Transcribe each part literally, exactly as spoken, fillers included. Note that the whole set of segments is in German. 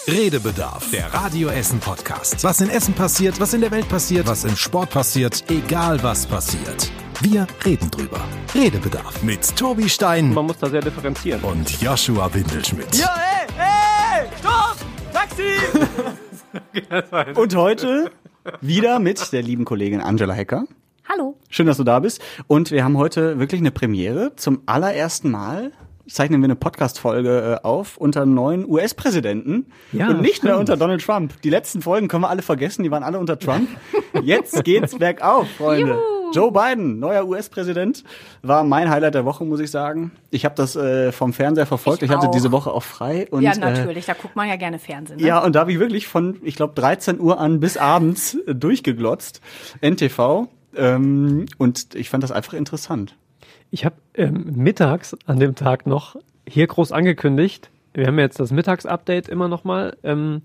Redebedarf, der Radio Essen Podcast. Was in Essen passiert, was in der Welt passiert, was im Sport passiert, egal was passiert. Wir reden drüber. Redebedarf mit Tobi Stein. Man muss da sehr differenzieren. Und Joshua Windelschmidt. Ja, ey, ey, stopp! Taxi! Und heute wieder mit der lieben Kollegin Angela Hecker. Hallo. Schön, dass du da bist. Und wir haben heute wirklich eine Premiere. Zum allerersten Mal zeichnen wir eine Podcast-Folge auf unter einem neuen U S-Präsidenten Ja, und nicht stimmt. mehr unter Donald Trump. Die letzten Folgen können wir alle vergessen, die waren alle unter Trump. Jetzt geht's bergauf, Freunde. Juhu. Joe Biden, neuer U S-Präsident, war mein Highlight der Woche, muss ich sagen. Ich habe das äh, vom Fernseher verfolgt. Ich, Ich hatte auch. diese Woche auch frei. Und, Ja, natürlich, da guckt man ja gerne Fernsehen. Ne? Äh, ja, und da habe ich wirklich von, ich glaube, dreizehn Uhr an bis abends äh, durchgeglotzt. N T V. Ähm, und ich fand das einfach interessant. Ich habe ähm, mittags an dem Tag noch hier groß angekündigt, wir haben jetzt das Mittagsupdate immer noch mal ähm,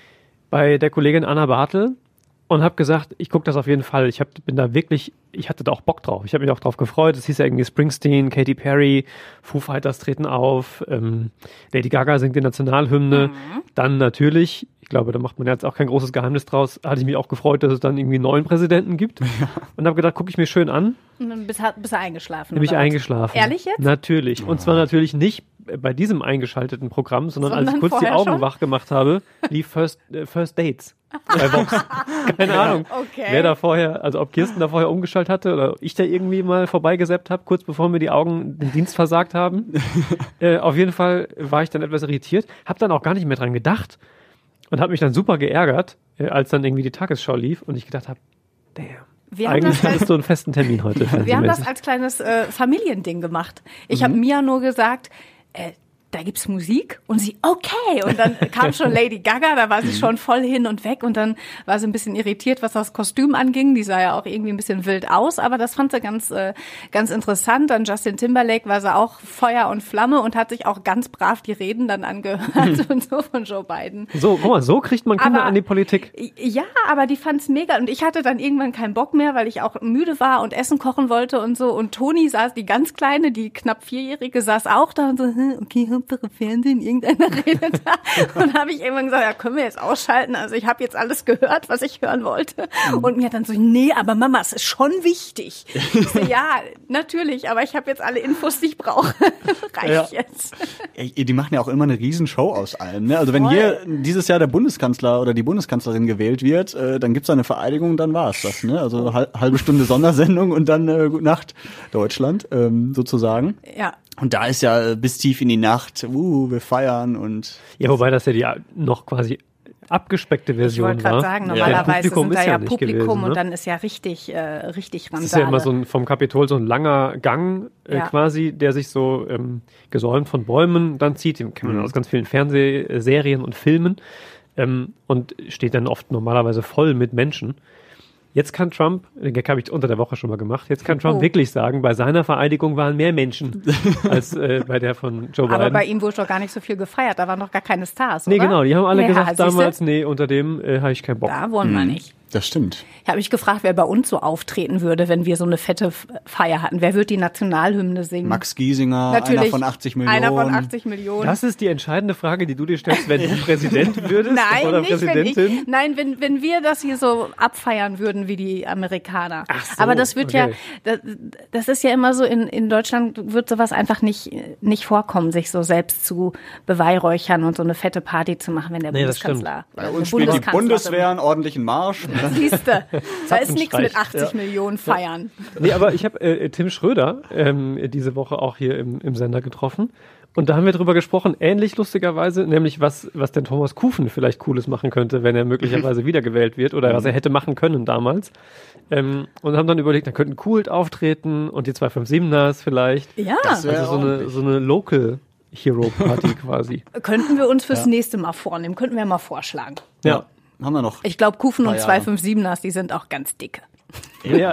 bei der Kollegin Anna Bartel und habe gesagt, ich gucke das auf jeden Fall. Ich hab, bin da wirklich, ich hatte da auch Bock drauf. Ich habe mich auch drauf gefreut. Es hieß ja irgendwie Springsteen, Katy Perry, Foo Fighters treten auf, ähm, Lady Gaga singt die Nationalhymne. Mhm. Dann natürlich, ich glaube, da macht man jetzt auch kein großes Geheimnis draus, hatte ich mich auch gefreut, dass es dann irgendwie einen neuen Präsidenten gibt. Ja. Und habe gedacht, gucke ich mir schön an. Und dann bist, bist du eingeschlafen. Bin ich oder was? eingeschlafen. Ehrlich jetzt? Natürlich. Und zwar natürlich nicht bei diesem eingeschalteten Programm, sondern, Sondern als ich kurz die vorher Augen schon? wach gemacht habe, lief First, äh, First Dates bei Vox. Keine Ahnung, Okay. wer da vorher, also ob Kirsten da vorher umgeschaltet hatte oder ich da irgendwie mal vorbeigesappt habe, kurz bevor mir die Augen den Dienst versagt haben. äh, auf jeden Fall war ich dann etwas irritiert, habe dann auch gar nicht mehr dran gedacht und habe mich dann super geärgert, äh, als dann irgendwie die Tagesschau lief und ich gedacht habe, damn. Wir haben Eigentlich das hattest du einen festen Termin heute. Wir haben das fernsehmäßig. als kleines äh, Familiending gemacht. Ich Mhm. habe Mia nur gesagt, äh, da gibt's Musik und sie, okay. Und dann kam schon Lady Gaga, da war sie schon voll hin und weg und dann war sie ein bisschen irritiert, was das Kostüm anging. Die sah ja auch irgendwie ein bisschen wild aus, aber das fand sie ganz, äh, ganz interessant. Dann Justin Timberlake war sie auch Feuer und Flamme und hat sich auch ganz brav die Reden dann angehört und so von Joe Biden. So, guck mal, so kriegt man Kinder Aber- an die Politik. Ja, aber die fand's mega und ich hatte dann irgendwann keinen Bock mehr, weil ich auch müde war und Essen kochen wollte und so und Toni saß, die ganz Kleine, die knapp Vierjährige, saß auch da und so, hm, okay, Hauptsache Fernsehen, irgendeiner redet da und habe ich irgendwann gesagt, ja, können wir jetzt ausschalten, also ich habe jetzt alles gehört, was ich hören wollte und mir hat dann so, nee, aber Mama, es ist schon wichtig. Ich so, ja, natürlich, aber ich habe jetzt alle Infos, die ich brauche. Reicht Ja. jetzt. Ey, die machen ja auch immer eine Riesenshow aus allem. Ne? Also wenn Voll. hier dieses Jahr der Bundeskanzler oder die Bundeskanzlerin gewählt wird, äh, dann gibt's da eine Vereidigung, dann war's das. Ne? Also hal- halbe Stunde Sondersendung und dann äh, Gute Nacht Deutschland, ähm, sozusagen. Ja. Und da ist ja äh, bis tief in die Nacht, uh, wir feiern und Ja, wobei das ja die noch quasi abgespeckte Ich Version wollte gerade war. sagen, Ja. normalerweise Publikum sind da ist ja ja nicht Publikum gewesen, ne? und dann ist ja richtig, äh, richtig Randale. Das ist ja immer so ein, vom Kapitol so ein langer Gang äh, Ja. quasi, der sich so ähm, gesäumt von Bäumen dann zieht. Den kennt man aus ganz vielen Fernsehserien und Filmen ähm, und steht dann oft normalerweise voll mit Menschen. Jetzt kann Trump, den Gag habe ich unter der Woche schon mal gemacht, jetzt kann Trump Oh. wirklich sagen, bei seiner Vereidigung waren mehr Menschen als äh, bei der von Joe Biden. Aber bei ihm wurde doch gar nicht so viel gefeiert, da waren doch gar keine Stars, nee, oder? genau, die haben alle Ja, gesagt siehste? damals, nee, unter dem äh, habe ich keinen Bock. Da wollen wir nicht. das stimmt. Ich habe mich gefragt, wer bei uns so auftreten würde, wenn wir so eine fette F- Feier hatten. Wer würde die Nationalhymne singen? Max Giesinger, Natürlich, einer von achtzig Millionen. Einer von achtzig Millionen. Das ist die entscheidende Frage, die du dir stellst, wenn du Präsident würdest Nein, oder nicht, wenn Präsidentin. ich, nein, wenn, wenn wir das hier so abfeiern würden wie die Amerikaner. Ach so, Aber das wird okay. ja, das, das ist ja immer so, in, in Deutschland wird sowas einfach nicht, nicht vorkommen, sich so selbst zu beweihräuchern und so eine fette Party zu machen, wenn der Nee, das Bundeskanzler. Bei uns spielt die Bundeswehr einen ordentlichen Marsch. Siehste, da ist nichts mit Zapfenstreich. achtzig Millionen feiern. Nee, aber ich habe äh, Tim Schröder ähm, diese Woche auch hier im, im Sender getroffen. Und da haben wir drüber gesprochen, ähnlich lustigerweise, nämlich was, was denn Thomas Kufen vielleicht Cooles machen könnte, wenn er möglicherweise wiedergewählt wird oder was er hätte machen können damals. Ähm, und haben dann überlegt, da könnten Kult auftreten und die zwei fünf siebeners vielleicht. Ja, Das wär Also so eine, ordentlich. so eine Local Hero Party quasi. könnten wir uns fürs nächste Mal vornehmen, könnten wir mal vorschlagen. Ja. Haben wir noch. Ich glaube, Kufen und Paar zwei Jahre. fünf siebeners, die sind auch ganz dicke. Ja,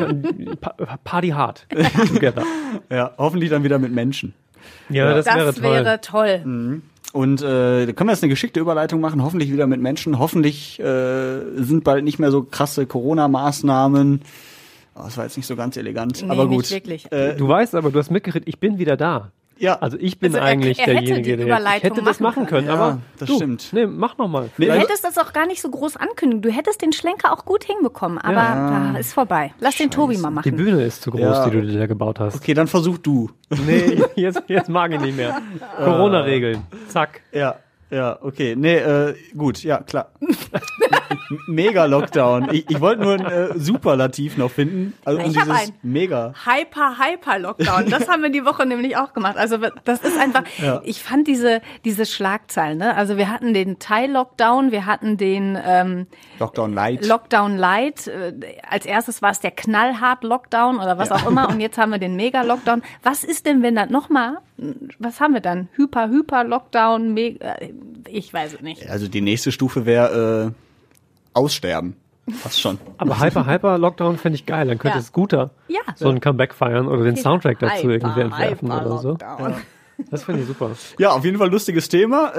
Pa- Party hard together. Ja, hoffentlich dann wieder mit Menschen. Ja, das, Das wäre toll. wäre toll. Und äh, da können wir jetzt eine geschickte Überleitung machen, hoffentlich wieder mit Menschen. Hoffentlich äh, sind bald nicht mehr so krasse Corona-Maßnahmen. Oh, das war jetzt nicht so ganz elegant, Nee, aber gut. nicht wirklich. Äh, Du weißt aber, du hast mitgekriegt, ich bin wieder da. Ja. Also ich bin Also er- eigentlich er hätte derjenige, die der ich Überleitung hätte das machen machen können, können. aber Ja, das du, stimmt. Nee, mach nochmal. Nee, Du also- hättest das auch gar nicht so groß ankündigen. Du hättest den Schlenker auch gut hinbekommen, aber Ja. da ist vorbei. Lass den Tobi mal Die machen. Bühne ist zu groß, Ja. die du dir da gebaut hast. Okay, dann versuch du. Nee, jetzt, jetzt mag ich nicht mehr. Corona-Regeln. Zack. Ja, ja, okay. Nee, äh, gut, ja, klar. M- Mega Lockdown. Ich, ich wollte nur ein äh, Superlativ noch finden. Also um Ich hab dieses einen. Mega. Hyper, Hyper Lockdown. Das haben wir die Woche nämlich auch gemacht. Also das ist einfach, Ja. ich fand diese, diese Schlagzeilen, ne? Also wir hatten den Teil-Lockdown, wir hatten den ähm, Lockdown Light. Lockdown Light. Äh, Als erstes war es der knallhart Lockdown oder was Ja. auch immer. Und jetzt haben wir den Mega-Lockdown. Was ist denn, wenn das nochmal, was haben wir dann? Hyper, Hyper Lockdown, Mega, ich weiß es nicht. Also die nächste Stufe wäre äh, Aussterben. Fast schon. Aber Hyper Hyper Lockdown fände ich geil. Dann könnte Ja. Scooter Ja. so ein Comeback feiern oder den Soundtrack dazu Hyper, irgendwie entwerfen Hyper oder so. Lockdown. Das finde ich super. Ja, auf jeden Fall lustiges Thema.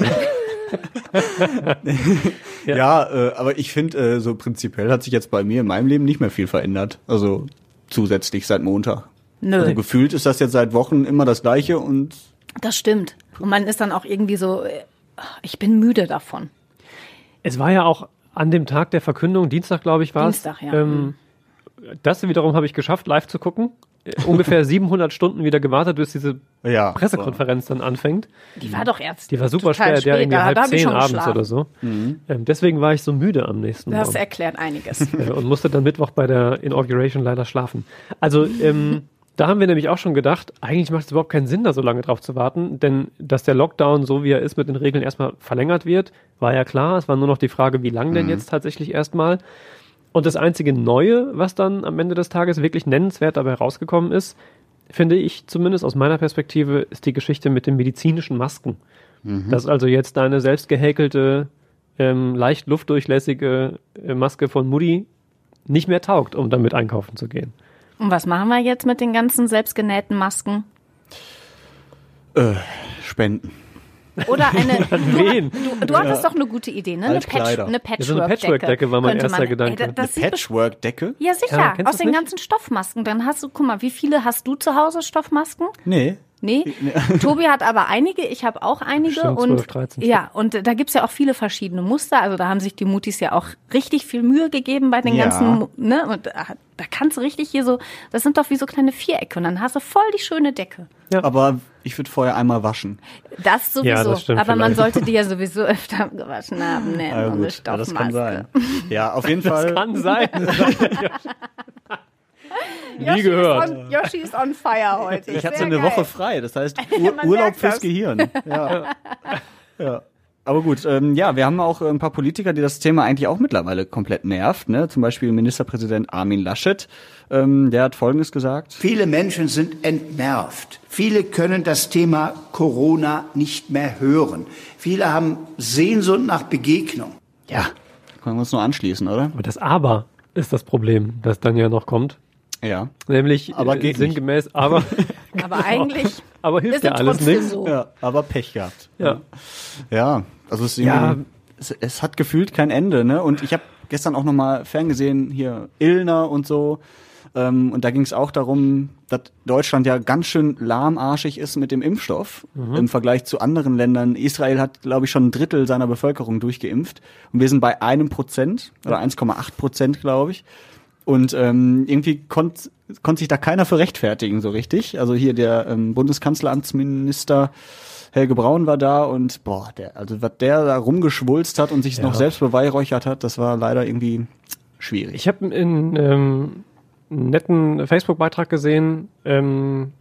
ja, ja äh, aber ich finde, äh, so prinzipiell hat sich jetzt bei mir in meinem Leben nicht mehr viel verändert. Also zusätzlich seit Montag. Nö. Also gefühlt ist das jetzt seit Wochen immer das Gleiche und Das stimmt. Und man ist dann auch irgendwie so, äh, ich bin müde davon. Es war ja auch an dem Tag der Verkündung, Dienstag glaube ich war es. Dienstag, ja. Ähm, das wiederum habe ich geschafft, live zu gucken. Äh, Ungefähr siebenhundert Stunden wieder gewartet, bis diese ja, Pressekonferenz dann anfängt. Die war doch erst Die war super total spät, ja, spät. irgendwie Da- halb da hab ich zehn schon abends geschlafen. oder so. Ähm, deswegen war ich so müde am nächsten Das Morgen. erklärt einiges. Äh, und musste dann Mittwoch bei der Inauguration leider schlafen. Also ähm, da haben wir nämlich auch schon gedacht, eigentlich macht es überhaupt keinen Sinn, da so lange drauf zu warten, denn dass der Lockdown, so wie er ist, mit den Regeln erstmal verlängert wird, war ja klar. Es war nur noch die Frage, wie lang denn jetzt tatsächlich erstmal. Und das einzige Neue, was dann am Ende des Tages wirklich nennenswert dabei rausgekommen ist, finde ich zumindest aus meiner Perspektive, ist die Geschichte mit den medizinischen Masken. Dass also jetzt deine selbst gehäkelte, ähm, leicht luftdurchlässige äh, Maske von Mutti nicht mehr taugt, um damit einkaufen zu gehen. Und was machen wir jetzt mit den ganzen selbstgenähten Masken? äh, Spenden. Oder eine. wen? Du, du hattest doch eine gute Idee, ne? Eine, Altkleider. Patch, eine Ja, so eine Patchwork-Decke. Patchwork-Decke war mein Könnte erster man- Gedanke. Ey, da- das Eine sieht Patchwork-Decke? Ja, sicher. Ja, kennst aus du's den nicht? ganzen Stoffmasken. Dann hast du, guck mal, wie viele hast du zu Hause Stoffmasken? Nee. Nee. Tobi hat aber einige, ich habe auch einige. Bestimmt und zwölf, dreizehn ja, und äh, da gibt's ja auch viele verschiedene Muster. Also da haben sich die Mutis ja auch richtig viel Mühe gegeben bei den Ja. ganzen, Mu- ne? Und da, da kannst du richtig hier so, das sind doch wie so kleine Vierecke und dann hast du voll die schöne Decke. Aber ich würde vorher einmal waschen. Das sowieso. Ja, das stimmt aber man vielleicht. sollte die ja sowieso öfter gewaschen haben. Ne? Ja, so eine gut. Ja, das kann Stoffmaske. sein. Ja, auf jeden Fall. Kann sein. Nie Yoshi gehört. Ist on, Yoshi ist on fire heute. Ich hatte Sehr eine geil. Woche frei, das heißt Ur Man Urlaub merkt fürs das. Gehirn. Ja. ja. Aber gut, ähm, ja, wir haben auch ein paar Politiker, die das Thema eigentlich auch mittlerweile komplett nervt. Ne? Zum Beispiel Ministerpräsident Armin Laschet, ähm, der hat Folgendes gesagt. Viele Menschen sind entnervt. Viele können das Thema Corona nicht mehr hören. Viele haben Sehnsucht nach Begegnung. Ja, können wir uns nur anschließen, oder? Aber das Aber ist das Problem, das dann ja noch kommt. Ja. Nämlich Aber äh, geht sinngemäß, aber, Aber eigentlich aber hilft ist ja es alles trotzdem nichts. so. Ja, aber Pech gehabt. Ja. Ja, also es, ist Ja. irgendwie- es, es hat gefühlt kein Ende, ne? Und ich habe gestern auch noch mal ferngesehen, hier Illner und so. Ähm, und da ging es auch darum, dass Deutschland ja ganz schön lahmarschig ist mit dem Impfstoff im Vergleich zu anderen Ländern. Israel hat, glaube ich, schon ein Drittel seiner Bevölkerung durchgeimpft. Und wir sind bei einem Prozent oder eins Komma acht Prozent, glaube ich. Und ähm, irgendwie konnte konnt sich da keiner für rechtfertigen, so richtig. Also hier der ähm, Bundeskanzleramtsminister Helge Braun war da und boah, der, also was der da rumgeschwulst hat und sich Ja. noch selbst beweihräuchert hat, das war leider irgendwie schwierig. Ich habe in ähm, einen netten Facebook-Beitrag gesehen, ähm,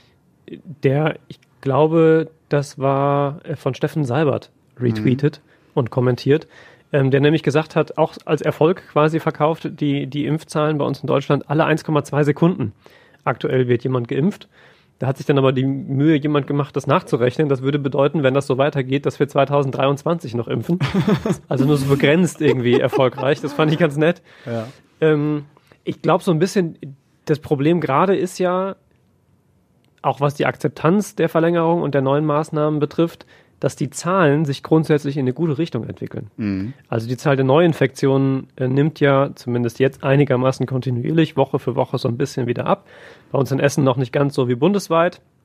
der, ich glaube, das war äh, von Steffen Seibert retweetet und kommentiert, ähm, der nämlich gesagt hat, auch als Erfolg quasi verkauft, die, die Impfzahlen bei uns in Deutschland alle eins Komma zwei Sekunden. Aktuell wird jemand geimpft. Da hat sich dann aber die Mühe jemand gemacht, das nachzurechnen. Das würde bedeuten, wenn das so weitergeht, dass wir zwanzig dreiundzwanzig noch impfen. Also nur so begrenzt irgendwie erfolgreich. Das fand ich ganz nett. Ja. Ähm, ich glaube so ein bisschen, das Problem gerade ist ja, auch was die Akzeptanz der Verlängerung und der neuen Maßnahmen betrifft, dass die Zahlen sich grundsätzlich in eine gute Richtung entwickeln. Mhm. Also die Zahl der Neuinfektionen äh, nimmt ja zumindest jetzt einigermaßen kontinuierlich Woche für Woche so ein bisschen wieder ab. Bei uns in Essen noch nicht ganz so wie bundesweit.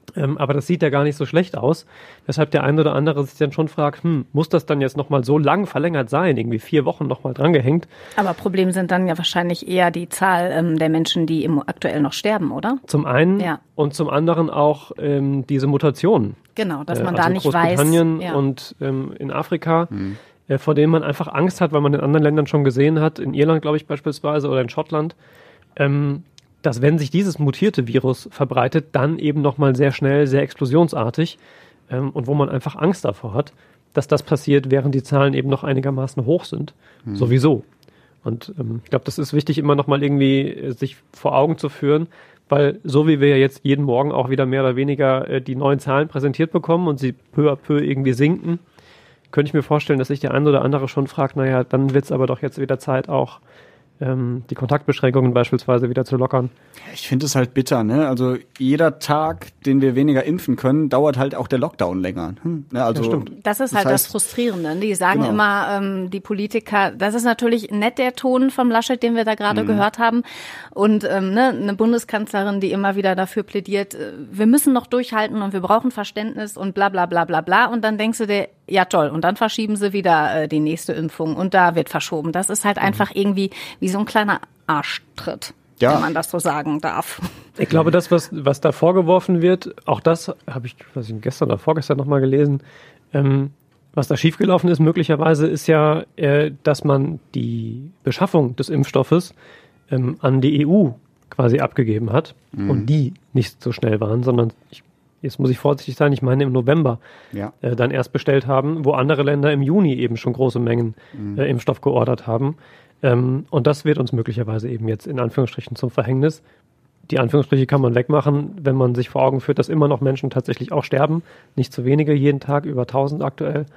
Ähm, aber das sieht ja gar nicht so schlecht aus, weshalb der eine oder andere sich dann schon fragt, hm, muss das dann jetzt nochmal so lang verlängert sein, irgendwie vier Wochen nochmal drangehängt? Aber Problem sind dann ja wahrscheinlich eher die Zahl ähm, der Menschen, die im, aktuell noch sterben, oder? Zum einen Ja. und zum anderen auch ähm, diese Mutationen. Genau, dass Äh, man also da nicht weiß. Großbritannien Ja. und ähm, in Afrika, äh, vor denen man einfach Angst hat, weil man in anderen Ländern schon gesehen hat, in Irland, glaube ich, beispielsweise, oder in Schottland, ähm, dass wenn sich dieses mutierte Virus verbreitet, dann eben nochmal sehr schnell, sehr explosionsartig ähm, und wo man einfach Angst davor hat, dass das passiert, während die Zahlen eben noch einigermaßen hoch sind. Mhm. Sowieso. Und ähm, ich glaube, das ist wichtig, immer nochmal irgendwie äh, sich vor Augen zu führen, weil so wie wir ja jetzt jeden Morgen auch wieder mehr oder weniger äh, die neuen Zahlen präsentiert bekommen und sie peu à peu irgendwie sinken, könnte ich mir vorstellen, dass sich der eine oder andere schon fragt, naja, dann wird es aber doch jetzt wieder Zeit, auch ähm, die Kontaktbeschränkungen beispielsweise wieder zu lockern. Ich finde es halt bitter, ne? Also jeder Tag, den wir weniger impfen können, dauert halt auch der Lockdown länger. Hm? Ne? Also, Ja, stimmt. Das ist halt das, heißt, das Frustrierende. Die sagen Genau. immer, ähm, die Politiker, das ist natürlich nett der Ton vom Laschet, den wir da gerade Mhm. gehört haben. Und ähm, ne, eine Bundeskanzlerin, die immer wieder dafür plädiert, äh, wir müssen noch durchhalten und wir brauchen Verständnis und bla bla bla bla bla. Und dann denkst du dir, ja toll, und dann verschieben sie wieder äh, die nächste Impfung und da wird verschoben. Das ist halt einfach irgendwie wie so ein kleiner Arschtritt, Ja. wenn man das so sagen darf. Ich glaube, das, was, was da vorgeworfen wird, auch das habe ich, was ich gestern oder vorgestern nochmal gelesen, ähm, was da schiefgelaufen ist möglicherweise, ist ja, äh, dass man die Beschaffung des Impfstoffes ähm, an die E U quasi abgegeben hat Mhm. und die nicht so schnell waren, sondern ich, jetzt muss ich vorsichtig sein, ich meine im November Ja. äh, dann erst bestellt haben, wo andere Länder im Juni eben schon große Mengen Mhm. äh, Impfstoff geordert haben. Ähm, und das wird uns möglicherweise eben jetzt in Anführungsstrichen zum Verhängnis. Die Anführungsstriche kann man wegmachen, wenn man sich vor Augen führt, dass immer noch Menschen tatsächlich auch sterben. Nicht zu wenige, jeden Tag über tausend aktuell.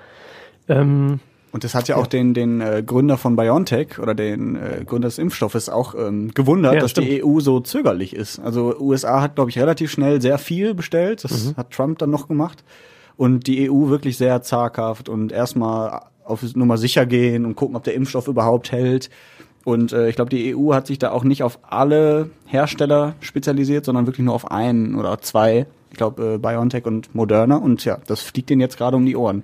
Ähm, Und das hat ja auch den, den äh, Gründer von BioNTech oder den äh, Gründer des Impfstoffes auch ähm, gewundert, Ja, dass stimmt. die E U so zögerlich ist. Also U S A hat, glaube ich, relativ schnell sehr viel bestellt. Das Mhm. hat Trump dann noch gemacht. Und die E U wirklich sehr zaghaft und erstmal auf Nummer sicher gehen und gucken, ob der Impfstoff überhaupt hält. Und äh, ich glaube, die E U hat sich da auch nicht auf alle Hersteller spezialisiert, sondern wirklich nur auf einen oder zwei. Ich glaube, äh, BioNTech und Moderna. Und ja, das fliegt denen jetzt gerade um die Ohren.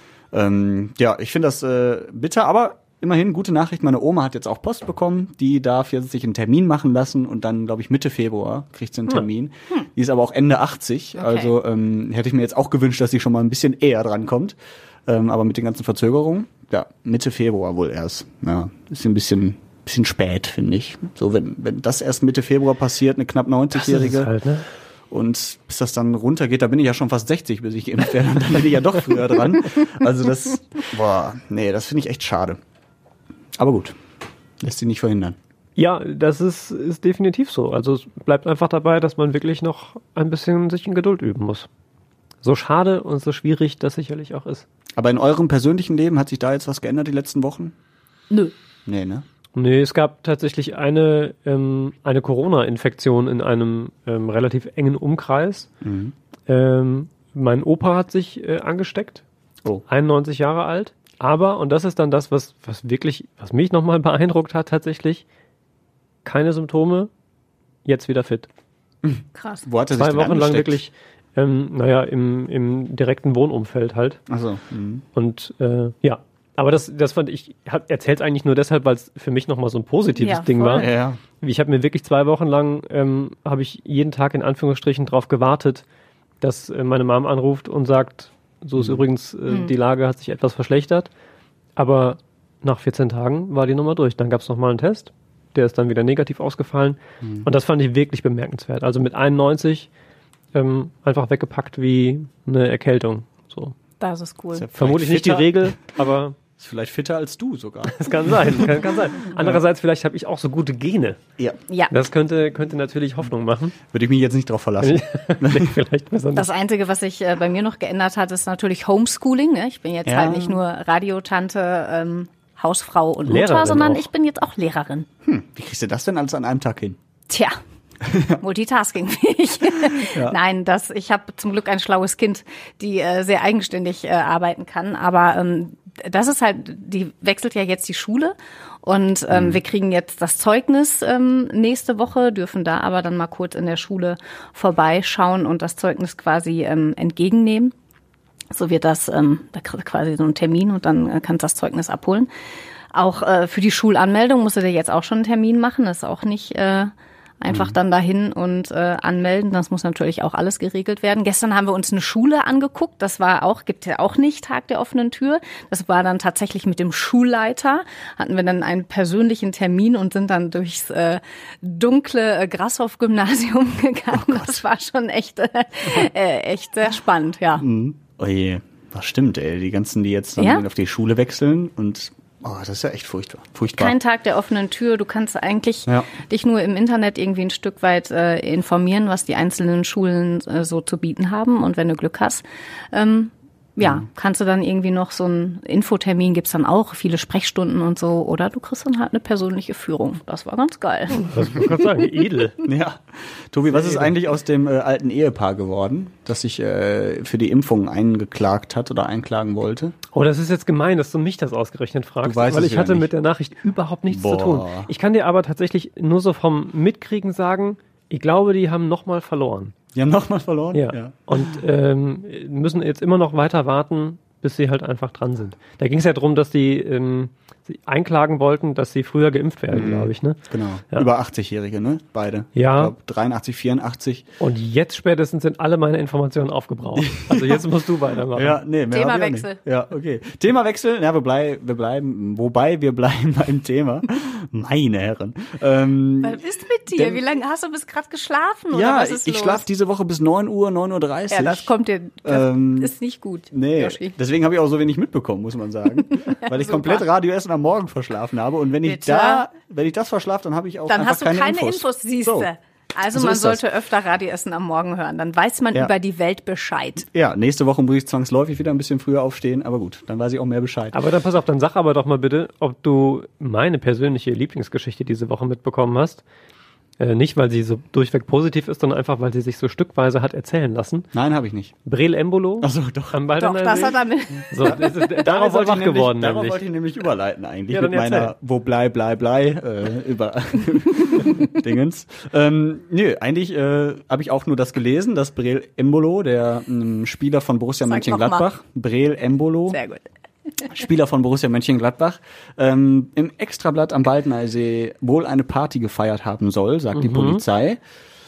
Ähm, ja, ich finde das äh, bitter, aber immerhin gute Nachricht. Meine Oma hat jetzt auch Post bekommen. Die darf jetzt sich einen Termin machen lassen und dann, glaube ich, Mitte Februar kriegt sie einen Termin. Die ist aber auch Ende achtzig. Okay. Also ähm, hätte ich mir jetzt auch gewünscht, dass sie schon mal ein bisschen eher dran kommt. Ähm, aber mit den ganzen Verzögerungen, ja, Mitte Februar wohl erst. Ja, ist ein bisschen, bisschen spät, finde ich. So, wenn, wenn das erst Mitte Februar passiert, eine knapp das ist neunzigjährige. es halt, ne? Und bis das dann runtergeht, da bin ich ja schon fast sechzig, bis ich geimpft werde. Und dann bin ich ja doch früher dran. Also das, boah, nee, das finde ich echt schade. Aber gut, lässt sich nicht verhindern. Ja, das ist, ist definitiv so. Also es bleibt einfach dabei, dass man wirklich noch ein bisschen sich in Geduld üben muss. So schade und so schwierig das sicherlich auch ist. Aber in eurem persönlichen Leben hat sich da jetzt was geändert die letzten Wochen? Nö. Nee, ne? Nee, es gab tatsächlich eine, ähm, eine Corona-Infektion in einem ähm, relativ engen Umkreis. Mhm. Ähm, mein Opa hat sich äh, angesteckt, Oh. einundneunzig Jahre alt. Aber, und das ist dann das, was, was wirklich, was mich nochmal beeindruckt hat tatsächlich, keine Symptome, jetzt wieder fit. Krass. Wo hat er sich Zwei denn Wochen lang angesteckt? wirklich, ähm, naja, im, im direkten Wohnumfeld halt. Ach so. Mhm. Und äh, ja, aber das, das fand ich, erzähle es eigentlich nur deshalb, weil es für mich nochmal so ein positives Ja, Ding voll. war. Ja, ja. Ich habe mir wirklich zwei Wochen lang, ähm, habe ich jeden Tag in Anführungsstrichen drauf gewartet, dass äh, meine Mom anruft und sagt, so ist übrigens, äh, Mhm. die Lage hat sich etwas verschlechtert. Aber nach vierzehn Tagen war die Nummer durch. Dann gab es nochmal einen Test, der ist dann wieder negativ ausgefallen. Und das fand ich wirklich bemerkenswert. Also mit einundneunzig ähm, einfach weggepackt wie eine Erkältung. So. Das ist cool. Ist ja Vermutlich nicht die fitter- Regel, aber Ist vielleicht fitter als du sogar. es kann sein. Kann, kann sein. Andererseits, vielleicht habe ich auch so gute Gene. Ja. Ja. Das könnte, könnte natürlich Hoffnung machen. Würde ich mich jetzt nicht drauf verlassen. Nee, vielleicht besser nicht. Das Einzige, was sich äh, bei mir noch geändert hat, ist natürlich Homeschooling. Ne? Ich bin jetzt Ja. halt nicht nur Radiotante, ähm, Hausfrau und Lehrerin Mutter, sondern auch. ich bin jetzt auch Lehrerin. Hm, wie kriegst du das denn alles an einem Tag hin? Tja, multitaskingfähig. Nein, das, ich habe zum Glück ein schlaues Kind, die äh, sehr eigenständig äh, arbeiten kann. Aber ähm, das ist halt, die wechselt ja jetzt die Schule und ähm, mhm. wir kriegen jetzt das Zeugnis ähm, nächste Woche, dürfen da aber dann mal kurz in der Schule vorbeischauen und das Zeugnis quasi ähm, entgegennehmen. So wird das, ähm, da kriegst du quasi so einen Termin und dann äh, kannst du das Zeugnis abholen. Auch äh, für die Schulanmeldung musst du dir jetzt auch schon einen Termin machen, das ist auch nicht äh, einfach mhm. dann dahin und äh, anmelden. Das muss natürlich auch alles geregelt werden. Gestern haben wir uns eine Schule angeguckt. Das war auch, gibt ja auch nicht Tag der offenen Tür. Das war dann tatsächlich mit dem Schulleiter. Hatten wir dann einen persönlichen Termin und sind dann durchs äh, dunkle äh, Grashoff-Gymnasium gegangen. Oh, das war schon echt, äh, äh, echt sehr spannend, ja. Mhm. Oh je, das stimmt, ey. Die ganzen, die jetzt dann ja? auf die Schule wechseln und oh, das ist ja echt furchtbar. furchtbar. Kein Tag der offenen Tür. Du kannst eigentlich ja. dich nur im Internet irgendwie ein Stück weit äh, informieren, was die einzelnen Schulen äh, so zu bieten haben. Und wenn du Glück hast, ähm, ja, mhm. kannst du dann irgendwie noch so einen Infotermin, gibt's dann auch, viele Sprechstunden und so. Oder du kriegst dann halt eine persönliche Führung. Das war ganz geil. Das muss ich sagen, edel. Ja. Tobi, was ist eigentlich aus dem äh, alten Ehepaar geworden, das sich äh, für die Impfung eingeklagt hat oder einklagen wollte? Oh, das ist jetzt gemein, dass du mich das ausgerechnet fragst, du weißt weil es ich hatte nicht. mit der Nachricht überhaupt nichts Boah. zu tun. Ich kann dir aber tatsächlich nur so vom Mitkriegen sagen, ich glaube, die haben nochmal verloren. Die haben nochmal verloren? Ja. ja. Und ähm, müssen jetzt immer noch weiter warten, bis sie halt einfach dran sind. Da ging es ja darum, dass die ähm, sie einklagen wollten, dass sie früher geimpft werden, mhm. glaube ich, ne? Genau. Ja. Über achtzig-Jährige, ne? Beide. Ja. Ich glaube dreiundachtzig, vierundachtzig. Und jetzt spätestens sind alle meine Informationen aufgebraucht. Also jetzt musst du weitermachen. Ja, nee, mehr Themawechsel. Ja, okay. Themawechsel, ja, wir, blei- wir bleiben, wobei wir bleiben beim Thema. Meine Herren. Ähm, Was ist mit dir? denn, Wie lange hast du bis gerade geschlafen? Oder ja, was ist ich los? schlafe diese Woche bis neun Uhr, neun Uhr dreißig. Ja, das kommt dir, das Ähm, ist nicht gut. Nee, Yoshi. deswegen habe ich auch so wenig mitbekommen, muss man sagen. Weil ich super. komplett Radio Essen am Morgen verschlafen habe. Und wenn ich Bitte? da, wenn ich das verschlafe, dann habe ich auch Dann einfach hast du keine, keine Infos. Infos, siehste. So. Also So man ist das. sollte öfter Radio Essen am Morgen hören. Dann weiß man Ja. über die Welt Bescheid. Ja, nächste Woche muss ich zwangsläufig wieder ein bisschen früher aufstehen. Aber gut, dann weiß ich auch mehr Bescheid. Aber dann pass auf, dann sag aber doch mal bitte, ob du meine persönliche Lieblingsgeschichte diese Woche mitbekommen hast. Äh, nicht, weil sie so durchweg positiv ist, sondern einfach, weil sie sich so stückweise hat erzählen lassen. Nein, habe ich nicht. Breel Embolo Ach so, doch. am Doch, Baldener das See. hat er mit. So, das ist, darauf wollte ich wach geworden, Darauf nämlich. wollte ich nämlich überleiten eigentlich. Ja, mit dann erzähl. meiner Wo blei, blei, blei äh, über Dingens. Ähm, nö, eigentlich äh, habe ich auch nur das gelesen, dass Breel Embolo, der ähm, Spieler von Borussia Sag Mönchengladbach, Breel Embolo, Sehr gut. Spieler von Borussia Mönchengladbach, ähm, im Extrablatt am Baldeneysee wohl eine Party gefeiert haben soll, sagt die Polizei.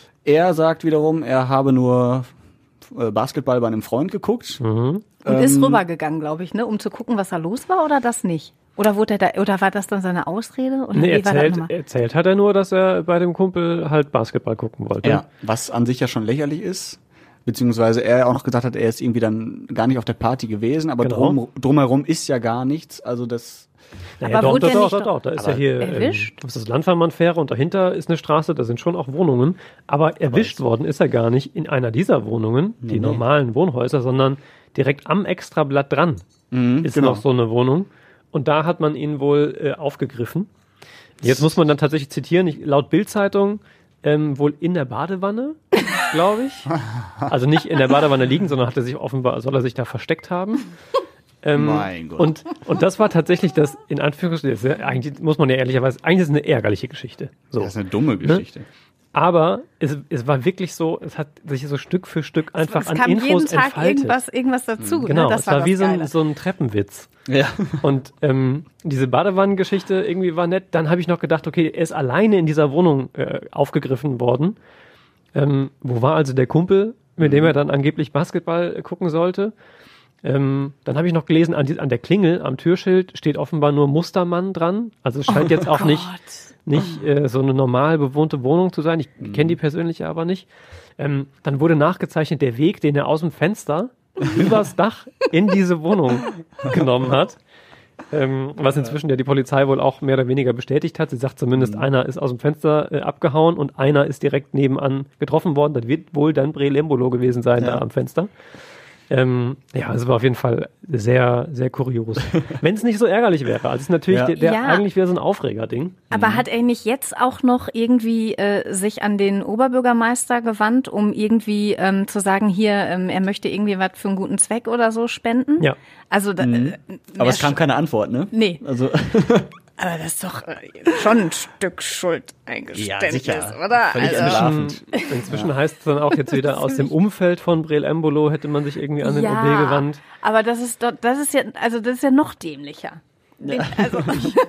Er sagt wiederum, er habe nur äh, Basketball bei einem Freund geguckt. Und Ähm, ist rübergegangen, glaube ich, ne, um zu gucken, was da los war, oder das nicht? Oder wurde er da, oder war das dann seine Ausrede? Oder Nee, wie war das erzählt, nochmal? erzählt hat er nur, dass er bei dem Kumpel halt Basketball gucken wollte. Ja, was an sich ja schon lächerlich ist. Beziehungsweise er auch noch gesagt hat, er ist irgendwie dann gar nicht auf der Party gewesen, aber Genau. drum, drumherum ist ja gar nichts. Also das. Naja, Aber doch, wurde doch, der doch, nicht doch, doch, da ist ja aber hier, ähm, erwischt? das ist das Landfahrmannfähre und dahinter ist eine Straße, da sind schon auch Wohnungen. Aber erwischt worden ist er gar nicht in einer dieser Wohnungen, die Nee. normalen Wohnhäuser, sondern direkt am Extrablatt dran Mhm, ist genau. noch so eine Wohnung. Und da hat man ihn wohl äh, aufgegriffen. Jetzt muss man dann tatsächlich zitieren, ich, laut Bild-Zeitung, ähm, wohl in der Badewanne, glaube ich. Also nicht in der Badewanne liegen, sondern hat er sich offenbar, soll er sich da versteckt haben. Ähm, Mein Gott. Und, und das war tatsächlich das, in Anführungsstrichen, das ist ja, eigentlich muss man ja ehrlicherweise, eigentlich ist es eine ärgerliche Geschichte. So. Das ist eine dumme Geschichte. Aber es, es war wirklich so, es hat sich so Stück für Stück einfach Es an kam jeden Infos Tag entfaltet. irgendwas, irgendwas dazu. Genau, ne? Das es war, das wie so ein, Geile. so ein Treppenwitz. Ja. Und ähm, diese Badewannengeschichte irgendwie war nett. Dann habe ich noch gedacht, okay, er ist alleine in dieser Wohnung äh, aufgegriffen worden. Ähm, wo war also der Kumpel, mit dem er dann angeblich Basketball äh, gucken sollte? Ähm, dann habe ich noch gelesen, an, die, an der Klingel, am Türschild steht offenbar nur Mustermann dran. Also es scheint jetzt auch nicht, nicht äh, so eine normal bewohnte Wohnung zu sein. Ich kenne die persönlich aber nicht. Ähm, dann wurde nachgezeichnet, der Weg, den er aus dem Fenster übers Dach in diese Wohnung genommen hat. Ähm, was inzwischen ja die Polizei wohl auch mehr oder weniger bestätigt hat. Sie sagt zumindest, Mhm. einer ist aus dem Fenster äh, abgehauen und einer ist direkt nebenan getroffen worden. Das wird wohl dann Breel Embolo gewesen sein, Ja. da am Fenster. Ähm, ja, es war auf jeden Fall sehr, sehr kurios. Wenn es nicht so ärgerlich wäre. Also es ist natürlich Ja. der, der Ja. eigentlich wäre so ein Aufreger-Ding. Aber hat er nicht jetzt auch noch irgendwie äh, sich an den Oberbürgermeister gewandt, um irgendwie ähm, zu sagen, hier, ähm, er möchte irgendwie was für einen guten Zweck oder so spenden? Ja. Also, da, äh, Aber es kam keine Antwort, ne? Nee. Also, aber das ist doch äh, schon ein Stück Schuldeingeständnis, Ja, sicher. oder? Völlig Also, entlarvend. Inzwischen heißt es dann auch jetzt wieder, aus dem Umfeld von Breel Embolo hätte man sich irgendwie an den ja, O B gewandt. aber das ist doch, das ist ja, also das ist ja noch dämlicher. Also,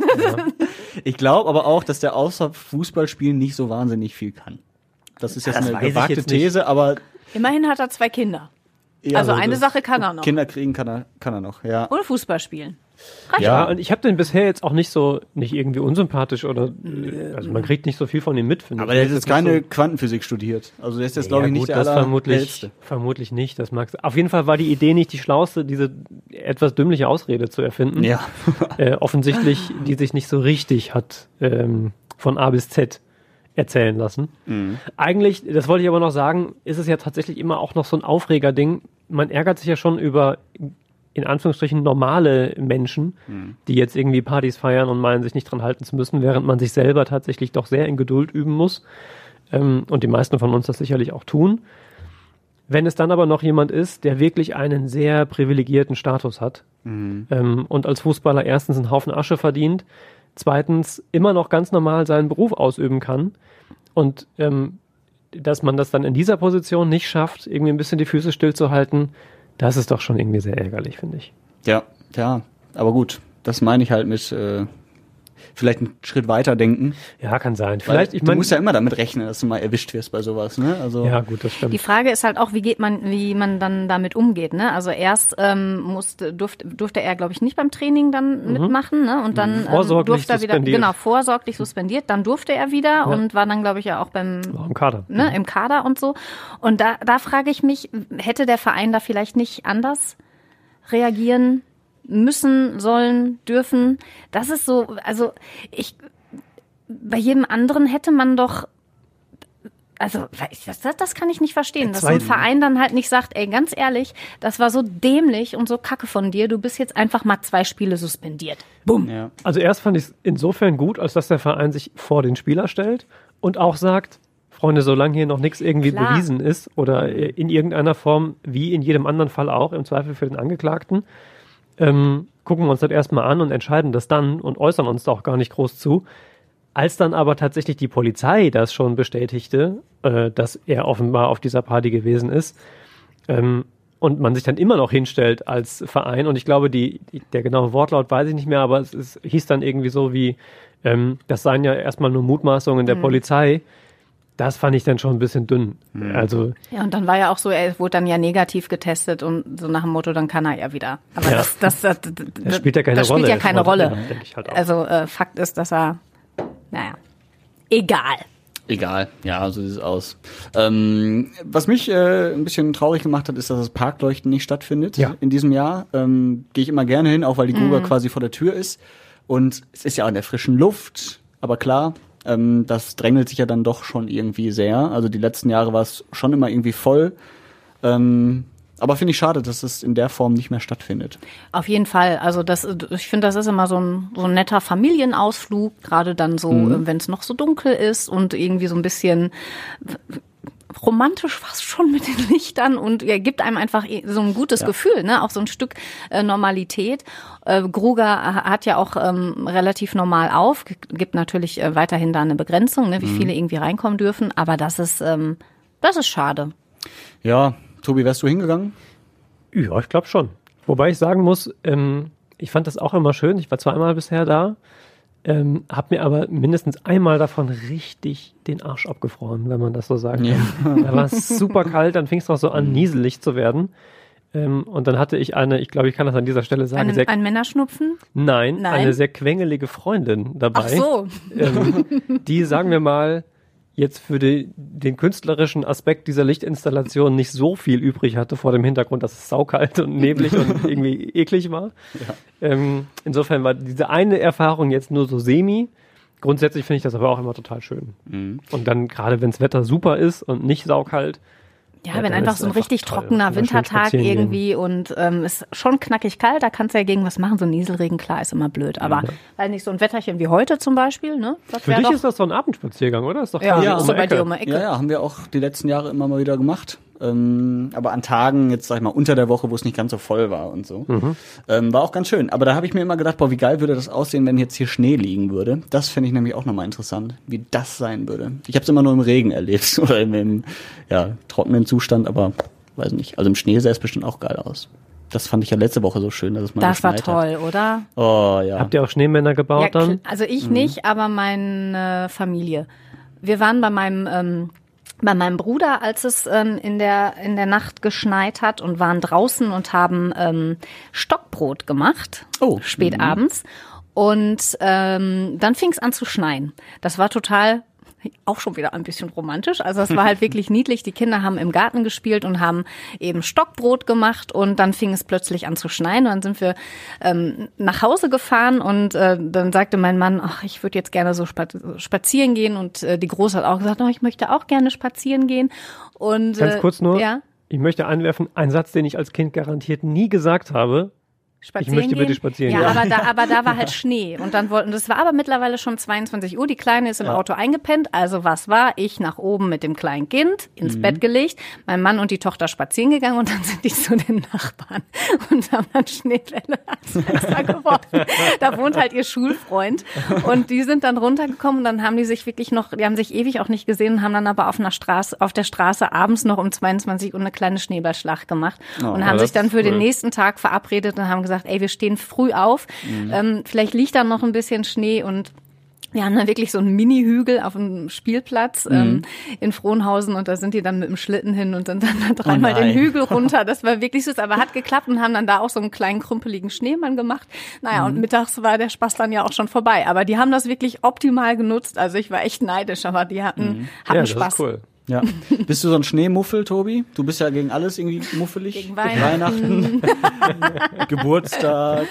ich glaube aber auch, dass der außer Fußballspielen nicht so wahnsinnig viel kann. Das ist jetzt Das eine weiß ich gewagte jetzt nicht. These, aber immerhin hat er zwei Kinder. ja, Also eine das- Sache kann er noch. Kinder kriegen kann er, kann er noch, ja. Und Fußball spielen. Ja, und ich habe den bisher jetzt auch nicht so, nicht irgendwie unsympathisch oder, äh, also man kriegt nicht so viel von ihm mit, finde ich. Aber der hat Das jetzt ist nicht keine so- Quantenphysik studiert. Also der ist jetzt, glaube Ja, ich, nicht gut, der das vermutlich, allerhellste. vermutlich nicht, das mag's. Auf jeden Fall war die Idee nicht die schlauste, diese etwas dümmliche Ausrede zu erfinden. Ja. Äh, offensichtlich, die sich nicht so richtig hat ähm, von A bis Z erzählen lassen. Eigentlich, das wollte ich aber noch sagen, ist es ja tatsächlich immer auch noch so ein Aufreger-Ding. Man ärgert sich ja schon über, in Anführungsstrichen, normale Menschen, die jetzt irgendwie Partys feiern und meinen, sich nicht dran halten zu müssen, während man sich selber tatsächlich doch sehr in Geduld üben muss. Ähm, und die meisten von uns das sicherlich auch tun. Wenn es dann aber noch jemand ist, der wirklich einen sehr privilegierten Status hat ähm, und als Fußballer erstens einen Haufen Asche verdient, zweitens immer noch ganz normal seinen Beruf ausüben kann und ähm, dass man das dann in dieser Position nicht schafft, irgendwie ein bisschen die Füße stillzuhalten, das ist doch schon irgendwie sehr ärgerlich, finde ich. Ja, ja. Aber gut, das meine ich halt mit äh, vielleicht einen Schritt weiter denken. Ja, kann sein. Weil Vielleicht, ich du meine, musst ja immer damit rechnen, dass du mal erwischt wirst bei sowas, ne? Also ja gut, das stimmt. Die Frage ist halt auch, wie geht man, wie man dann damit umgeht, ne? Also erst ähm, musste, durfte, durfte er, glaube ich, nicht beim Training dann mitmachen, ne? Und dann ähm, Vorsorglich durfte er wieder, suspendiert. genau, vorsorglich suspendiert. Dann durfte er wieder und war dann, glaube ich, ja auch beim Auch im Kader. ne, im Kader und so. Und da, da frage ich mich, hätte der Verein da vielleicht nicht anders reagieren müssen, sollen, dürfen? Das ist so, also ich, bei jedem anderen hätte man doch, also das, das kann ich nicht verstehen, dass so ein Verein dann halt nicht sagt, ey, ganz ehrlich, das war so dämlich und so kacke von dir, du bist jetzt einfach mal zwei Spiele suspendiert. Bumm. ja. Also erst fand ich es insofern gut, als dass der Verein sich vor den Spieler stellt und auch sagt, Freunde, solange hier noch nichts irgendwie Klar. bewiesen ist oder in irgendeiner Form, wie in jedem anderen Fall auch, im Zweifel für den Angeklagten, ähm, gucken wir uns das erstmal an und entscheiden das dann und äußern uns da auch gar nicht groß zu. Als dann aber tatsächlich die Polizei das schon bestätigte, äh, dass er offenbar auf dieser Party gewesen ist, ähm, und man sich dann immer noch hinstellt als Verein, und ich glaube, die, die, der genaue Wortlaut weiß ich nicht mehr, aber es, es hieß dann irgendwie so wie, ähm, das seien ja erstmal nur Mutmaßungen der Polizei. Das fand ich dann schon ein bisschen dünn. Also, Ja, und dann war ja auch so, er wurde dann ja negativ getestet und so nach dem Motto, dann kann er ja wieder. Aber Ja. das, das, das, das, das spielt ja keine das Rolle. spielt ja keine Das Rolle. ja, denke ich halt auch. Also äh, Fakt ist, dass er, naja, egal. Egal, ja, so sieht es aus. Ähm, was mich äh, ein bisschen traurig gemacht hat, ist, dass das Parkleuchten nicht stattfindet Ja. in diesem Jahr. Ähm, Gehe ich immer gerne hin, auch weil die Gruber quasi vor der Tür ist. Und es ist ja auch in der frischen Luft, aber klar, ähm, das drängelt sich ja dann doch schon irgendwie sehr. Also die letzten Jahre war es schon immer irgendwie voll. Ähm, aber finde ich schade, dass es in der Form nicht mehr stattfindet. Auf jeden Fall. Also das, ich finde, das ist immer so ein, so ein netter Familienausflug, gerade dann so, Mhm. wenn es noch so dunkel ist und irgendwie so ein bisschen romantisch fast schon mit den Lichtern und er gibt einem einfach so ein gutes Ja. Gefühl, ne, auch so ein Stück äh, Normalität. Äh, Gruger hat ja auch ähm, relativ normal auf, gibt natürlich äh, weiterhin da eine Begrenzung, ne, wie viele irgendwie reinkommen dürfen, aber das ist, ähm, das ist schade. Ja, Tobi, wärst du hingegangen? ja, ich glaube schon. Wobei ich sagen muss, ähm, ich fand das auch immer schön. Ich war zweimal bisher da, ähm, habe mir aber mindestens einmal davon richtig den Arsch abgefroren, wenn man das so sagen kann. Da war es super kalt, dann fing es noch so an, nieselig zu werden. Ähm, und dann hatte ich eine, ich glaube, ich kann das an dieser Stelle sagen, Ein, sehr, ein Männerschnupfen? nein, Nein? eine sehr quengelige Freundin dabei. Ach so. ähm, die, sagen wir mal, jetzt für die, den künstlerischen Aspekt dieser Lichtinstallation nicht so viel übrig hatte vor dem Hintergrund, dass es saukalt und neblig und irgendwie eklig war. Ähm, insofern war diese eine Erfahrung jetzt nur so semi. Grundsätzlich finde ich das aber auch immer total schön. Und dann, gerade wenn das Wetter super ist und nicht saukalt, Ja, Ja, wenn dann einfach ist so ein einfach richtig toll. trockener Immer schön Wintertag spazieren gehen. irgendwie und ähm, ist schon knackig kalt, da kannst du ja gegen was machen. So ein Nieselregen, klar, ist immer blöd. Aber weil nicht so ein Wetterchen wie heute zum Beispiel, ne? Das Für wär dich doch, ist das so ein Abendspaziergang, oder? Ist doch ja, quasi ja, um ist die so bei Ecke. dir um die Ecke. Ja, ja, haben wir auch die letzten Jahre immer mal wieder gemacht. Ähm, aber an Tagen, jetzt sag ich mal, unter der Woche, wo es nicht ganz so voll war und so. Mhm. Ähm, war auch ganz schön. Aber da habe ich mir immer gedacht, boah, wie geil würde das aussehen, wenn jetzt hier Schnee liegen würde. Das fände ich nämlich auch nochmal interessant, wie das sein würde. Ich habe es immer nur im Regen erlebt oder im, im ja, trockenen Zustand, aber weiß nicht. Also im Schnee sah es bestimmt auch geil aus. Das fand ich ja letzte Woche so schön, dass es mal Das war geschneit hat. toll, oder? Oh ja. Habt ihr auch Schneemänner gebaut Ja, dann? kl- also ich nicht, aber meine Familie. Wir waren bei meinem ähm, bei meinem Bruder, als es ähm, in der in der Nacht geschneit hat und waren draußen und haben ähm, Stockbrot gemacht, Oh, spät mhm. abends. Und ähm, dann fing es an zu schneien. Das war total auch schon wieder ein bisschen romantisch. Also es war halt wirklich niedlich. Die Kinder haben im Garten gespielt und haben eben Stockbrot gemacht und dann fing es plötzlich an zu schneien. Und dann sind wir ähm, nach Hause gefahren und äh, dann sagte mein Mann, ach, ich würde jetzt gerne so spazieren gehen. Und äh, die Große hat auch gesagt, oh, ich möchte auch gerne spazieren gehen. Und Ganz äh, kurz nur, ja, ich möchte einwerfen, ein Satz, den ich als Kind garantiert nie gesagt habe. spazieren möchte gehen. bitte spazieren ja, gehen. aber da, aber da war halt Schnee und dann wollten, das war aber mittlerweile schon zweiundzwanzig Uhr, die Kleine ist im Auto eingepennt, also was war? Ich nach oben mit dem kleinen Kind ins Mhm. Bett gelegt, mein Mann und die Tochter spazieren gegangen und dann sind die zu den Nachbarn und haben dann Schneebälle ans Fenster geworfen. Da wohnt halt ihr Schulfreund und die sind dann runtergekommen und dann haben die sich wirklich noch, die haben sich ewig auch nicht gesehen und haben dann aber auf einer Straße, auf der Straße abends noch um zweiundzwanzig Uhr eine kleine Schneeballschlacht gemacht Oh, und ja, haben das sich dann ist für den cool. nächsten Tag verabredet und haben gesagt, ey, wir stehen früh auf, Mhm. ähm, vielleicht liegt da noch ein bisschen Schnee und wir haben dann wirklich so einen Mini-Hügel auf einem Spielplatz ähm, in Frohnhausen und da sind die dann mit dem Schlitten hin und sind dann da dreimal nein. den Hügel runter. Das war wirklich süß, aber hat geklappt und haben dann da auch so einen kleinen krumpeligen Schneemann gemacht. Naja, und mittags war der Spaß dann ja auch schon vorbei. Aber die haben das wirklich optimal genutzt. Also ich war echt neidisch, aber die hatten, hatten Ja, das Spaß. ist cool. Ja. Bist du so ein Schneemuffel, Tobi? Du bist ja gegen alles irgendwie muffelig. Gegen Weihnachten. Geburtstag.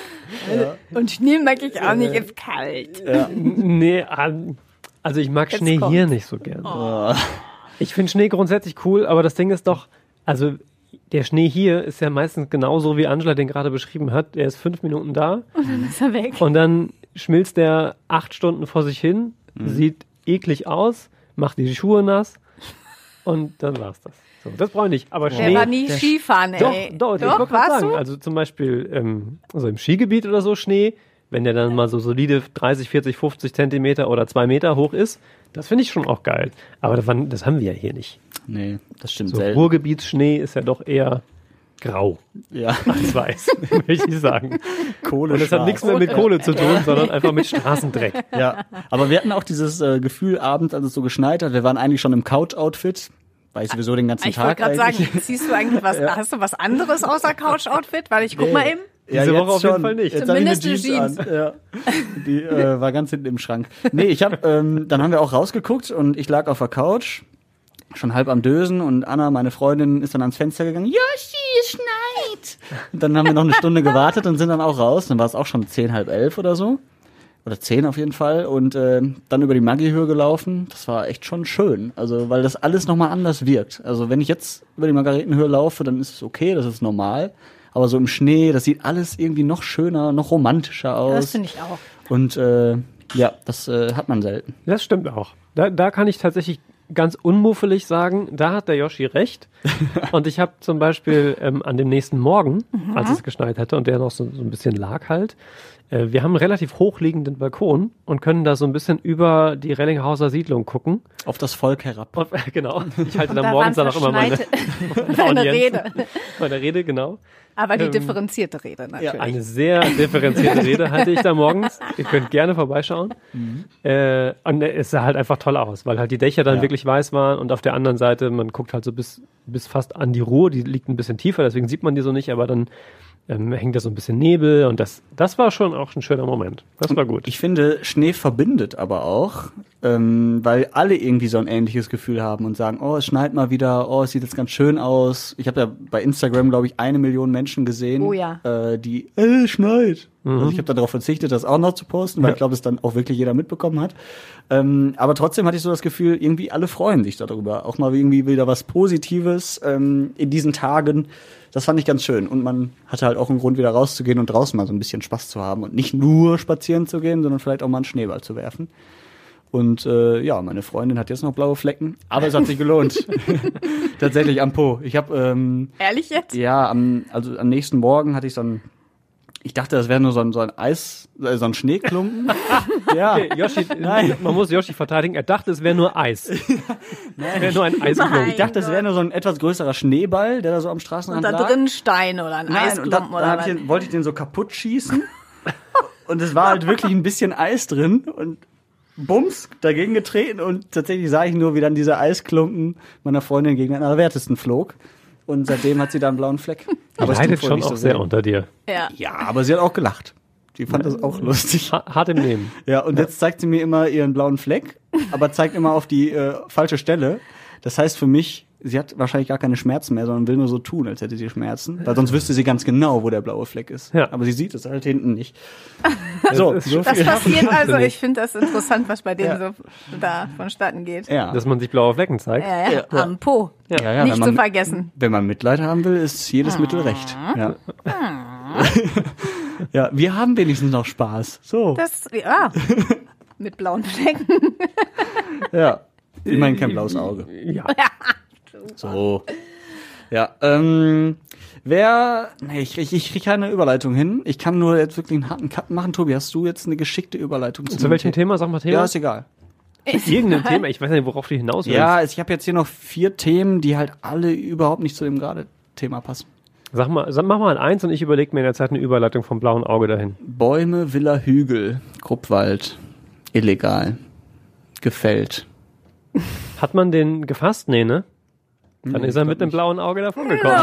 Und Schnee mag ich auch nicht, ist kalt. Nee, an- also ich mag Jetzt Schnee kommt's. hier nicht so gern. Oh. Ich finde Schnee grundsätzlich cool, aber das Ding ist doch, also der Schnee hier ist ja meistens genauso, wie Angela den gerade beschrieben hat. Der ist fünf Minuten da Dann ist er weg. und dann schmilzt der acht Stunden vor sich hin, Mhm. sieht eklig aus, macht die Schuhe nass und dann war's das. So, das brauche ich nicht. Aber Der Schnee. war nie Skifahren, Doch, ey. doch, ich Doch wollte gerade warst sagen, du? also zum Beispiel ähm, also im Skigebiet oder so Schnee, wenn der dann mal so solide dreißig, vierzig, fünfzig Zentimeter oder zwei Meter hoch ist, das finde ich schon auch geil. Aber das, waren- das haben wir ja hier nicht. Nee, das stimmt So selten. Ruhrgebietsschnee ist ja doch eher grau Ja. als weiß, möchte ich sagen. Kohle Und das hat nichts mehr mit Kohle zu tun, sondern einfach mit Straßendreck. Ja, aber wir hatten auch dieses äh, Gefühl abends, als es so geschneit hat, wir waren eigentlich schon im Couch-Outfit, weil ich sowieso den ganzen Ich wollte Tag gerade eigentlich. sagen, ziehst du eigentlich was, hast du was anderes außer Couch-Outfit? Weil ich guck mal eben. Ja, Diese jetzt Woche auf jeden schon. Fall nicht. Jetzt hab ich eine Zumindest Jeans, eine an. Ja. Die äh, war ganz hinten im Schrank. Nee, ich hab, ähm, dann haben wir auch rausgeguckt und ich lag auf der Couch, schon halb am Dösen und Anna, meine Freundin, ist dann ans Fenster gegangen. Yoshi, es schneit! Und dann haben wir noch eine Stunde gewartet und sind dann auch raus. Dann war es auch schon zehn, halb elf oder so. Oder zehn auf jeden Fall. Und äh, dann über die Maggi-Höhe gelaufen. Das war echt schon schön. Also, weil das alles nochmal anders wirkt. Also, wenn ich jetzt über die Margaretenhöhe laufe, dann ist es okay, das ist normal. Aber so im Schnee, das sieht alles irgendwie noch schöner, noch romantischer aus. Das finde ich auch. Und äh, ja, das äh, hat man selten. Das stimmt auch. Da, da kann ich tatsächlich ganz unmuffelig sagen, da hat der Yoshi recht. Und ich habe zum Beispiel ähm, an dem nächsten Morgen, als es geschneit hatte und der noch so, so ein bisschen lag halt, äh, wir haben einen relativ hochliegenden Balkon und können da so ein bisschen über die Rellinghauser Siedlung gucken. Auf das Volk herab. Und, äh, genau. Ich halte Und dann da morgens waren dann auch immer meine, verschneite- meine Deine Audienzen. Rede. Meine Rede, genau. Aber die Ähm, differenzierte Rede natürlich. Eine sehr differenzierte Rede halte ich da morgens. Ihr könnt gerne vorbeischauen. Äh, und es sah halt einfach toll aus, weil halt die Dächer dann Ja. wirklich weiß waren und auf der anderen Seite, man guckt halt so bis, bis fast an die Ruhr, die liegt ein bisschen tiefer, deswegen sieht man die so nicht, aber dann ähm, hängt da so ein bisschen Nebel und das, das war schon auch ein schöner Moment. Das war gut. Ich finde, Schnee verbindet aber auch, ähm, weil alle irgendwie so ein ähnliches Gefühl haben und sagen, oh, es schneit mal wieder, oh, es sieht jetzt ganz schön aus. Ich habe ja bei Instagram, glaube ich, eine Million Menschen gesehen, Oh ja. äh, die, äh, es schneit. Mhm. Also ich habe darauf verzichtet, das auch noch zu posten, weil ja. ich glaube, es dann auch wirklich jeder mitbekommen hat. Ähm, aber trotzdem hatte ich so das Gefühl, irgendwie alle freuen sich darüber. Auch mal irgendwie wieder was Positives ähm, in diesen Tagen. Das fand ich ganz schön. Und man hatte halt auch einen Grund, wieder rauszugehen und draußen mal so ein bisschen Spaß zu haben. Und nicht nur spazieren zu gehen, sondern vielleicht auch mal einen Schneeball zu werfen. Und äh, ja, meine Freundin hat jetzt noch blaue Flecken, aber es hat sich gelohnt. Tatsächlich am Po. Ich habe ähm, Ehrlich jetzt? Ja, am, also am nächsten Morgen hatte ich so ein, ich dachte, das wäre nur so ein, so ein Eis, äh, so ein Schneeklumpen. Ja. Okay, Yoshi, nein. Man muss Yoshi verteidigen. Er dachte, es wäre nur Eis. Nein. Es wäre nur ein Eisklumpen. Ich dachte, es wäre nur so ein etwas größerer Schneeball, der da so am Straßenrand Und da lag. drin Steine oder ein Nein, Eisklumpen und dann, oder dann was? hab ich den, wollte ich den so kaputt schießen. Und es war halt wirklich ein bisschen Eis drin und Bums dagegen getreten und tatsächlich sah ich nur, wie dann dieser Eisklumpen meiner Freundin gegen den Allerwertesten flog. Und seitdem hat sie da einen blauen Fleck. Aber es leidet schon auch sehr sehen. unter dir. Ja. Ja, aber sie hat auch gelacht. Die fand das auch lustig. Ha- hart im Nehmen. Ja, und jetzt zeigt sie mir immer ihren blauen Fleck, aber zeigt immer auf die äh, falsche Stelle. Das heißt für mich, sie hat wahrscheinlich gar keine Schmerzen mehr, sondern will nur so tun, als hätte sie Schmerzen. Weil sonst wüsste sie ganz genau, wo der blaue Fleck ist. Ja. Aber sie sieht es halt hinten nicht. So, Das ist so Das viel. passiert also, Schwachsinnig. ich finde das interessant, was bei denen Ja. so da vonstatten geht. Ja. Dass man sich blaue Flecken zeigt. Ja, ja, am Po. Ja, ja, Nicht wenn zu man, vergessen. Wenn man Mitleid haben will, ist jedes Mittel recht. Ja. Ja, wir haben wenigstens noch Spaß. So. Das, ja, mit blauen Flecken. Ja. Immerhin kein blaues Auge. Ja. So. Ja, ähm, wer, nee, ich, ich, ich kriege keine Überleitung hin. Ich kann nur jetzt wirklich einen harten Cut machen. Tobi, hast du jetzt eine geschickte Überleitung zu, Zu welchem Thema? Sag mal Thema. Ja, ist egal. Irgendein Thema. Ich weiß nicht, worauf du hinaus willst. Ja, ich habe jetzt hier noch vier Themen, die halt alle überhaupt nicht zu dem gerade Thema passen. Sag mal, sag, mach mal eins und ich überlege mir in der Zeit eine Überleitung vom blauen Auge dahin. Bäume, Villa, Hügel, Kruppwald, illegal, gefällt. Hat man den gefasst? Nee, ne? Dann Nee, ist er ich mit glaub einem nicht. blauen Auge davongekommen.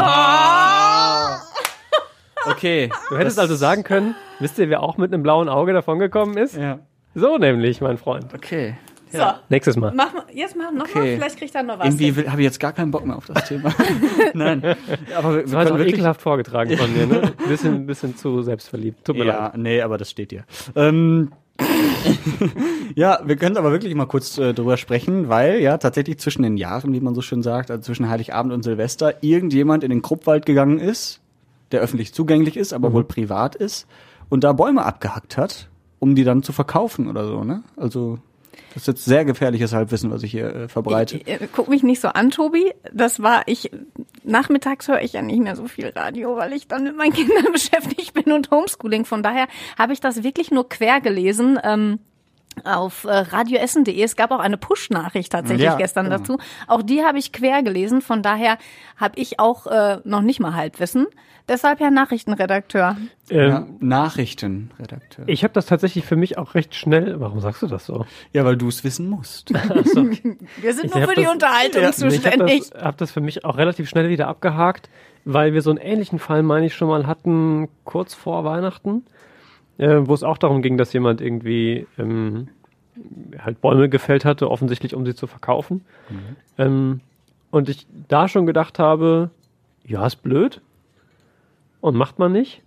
Okay. Du hättest das- also sagen können, wisst ihr, wer auch mit einem blauen Auge davongekommen ist? Ja. So nämlich, mein Freund. Okay. So, Nächstes Mal. mach, mal- jetzt mach noch Okay. mal, vielleicht kriegt er noch was. Irgendwie hin. will- habe ich jetzt gar keinen Bock mehr auf das Thema. Nein. Aber wir, Das wir war jetzt können auch wirklich. ekelhaft vorgetragen von mir, ne? Bisschen, bisschen zu selbstverliebt. Tut mir leid. Ja, nee, aber das steht dir. Ähm, ja, wir können aber wirklich mal kurz äh, drüber sprechen, weil ja tatsächlich zwischen den Jahren, wie man so schön sagt, also zwischen Heiligabend und Silvester, irgendjemand in den Kruppwald gegangen ist, der öffentlich zugänglich ist, aber wohl privat ist, und da Bäume abgehackt hat, um die dann zu verkaufen oder so, ne? Also das ist jetzt sehr gefährliches Halbwissen, was ich hier äh, verbreite. Ich, ich, guck mich nicht so an, Tobi. Das war ich. Nachmittags höre ich ja nicht mehr so viel Radio, weil ich dann mit meinen Kindern beschäftigt bin und Homeschooling. Von daher habe ich das wirklich nur quer gelesen. Ähm, auf äh, radioessen punkt de. Es gab auch eine Push-Nachricht tatsächlich Ja, gestern genau. dazu. Auch die habe ich quer gelesen. Von daher habe ich auch äh, noch nicht mal Halbwissen. Deshalb ja Nachrichtenredakteur. Ähm, Ja, Nachrichtenredakteur. Ich habe das tatsächlich für mich auch recht schnell. Warum sagst du das so? Ja, weil du es wissen musst. Wir sind Ich nur hab für die das- Unterhaltung Ja, ich habe zuständig. das, hab das für mich auch relativ schnell wieder abgehakt, weil wir so einen ähnlichen Fall, meine ich, schon mal hatten, kurz vor Weihnachten, äh, wo es auch darum ging, dass jemand irgendwie ähm, halt Bäume gefällt hatte, offensichtlich um sie zu verkaufen. Ähm, und ich da schon gedacht habe, ja, ist blöd und macht man nicht.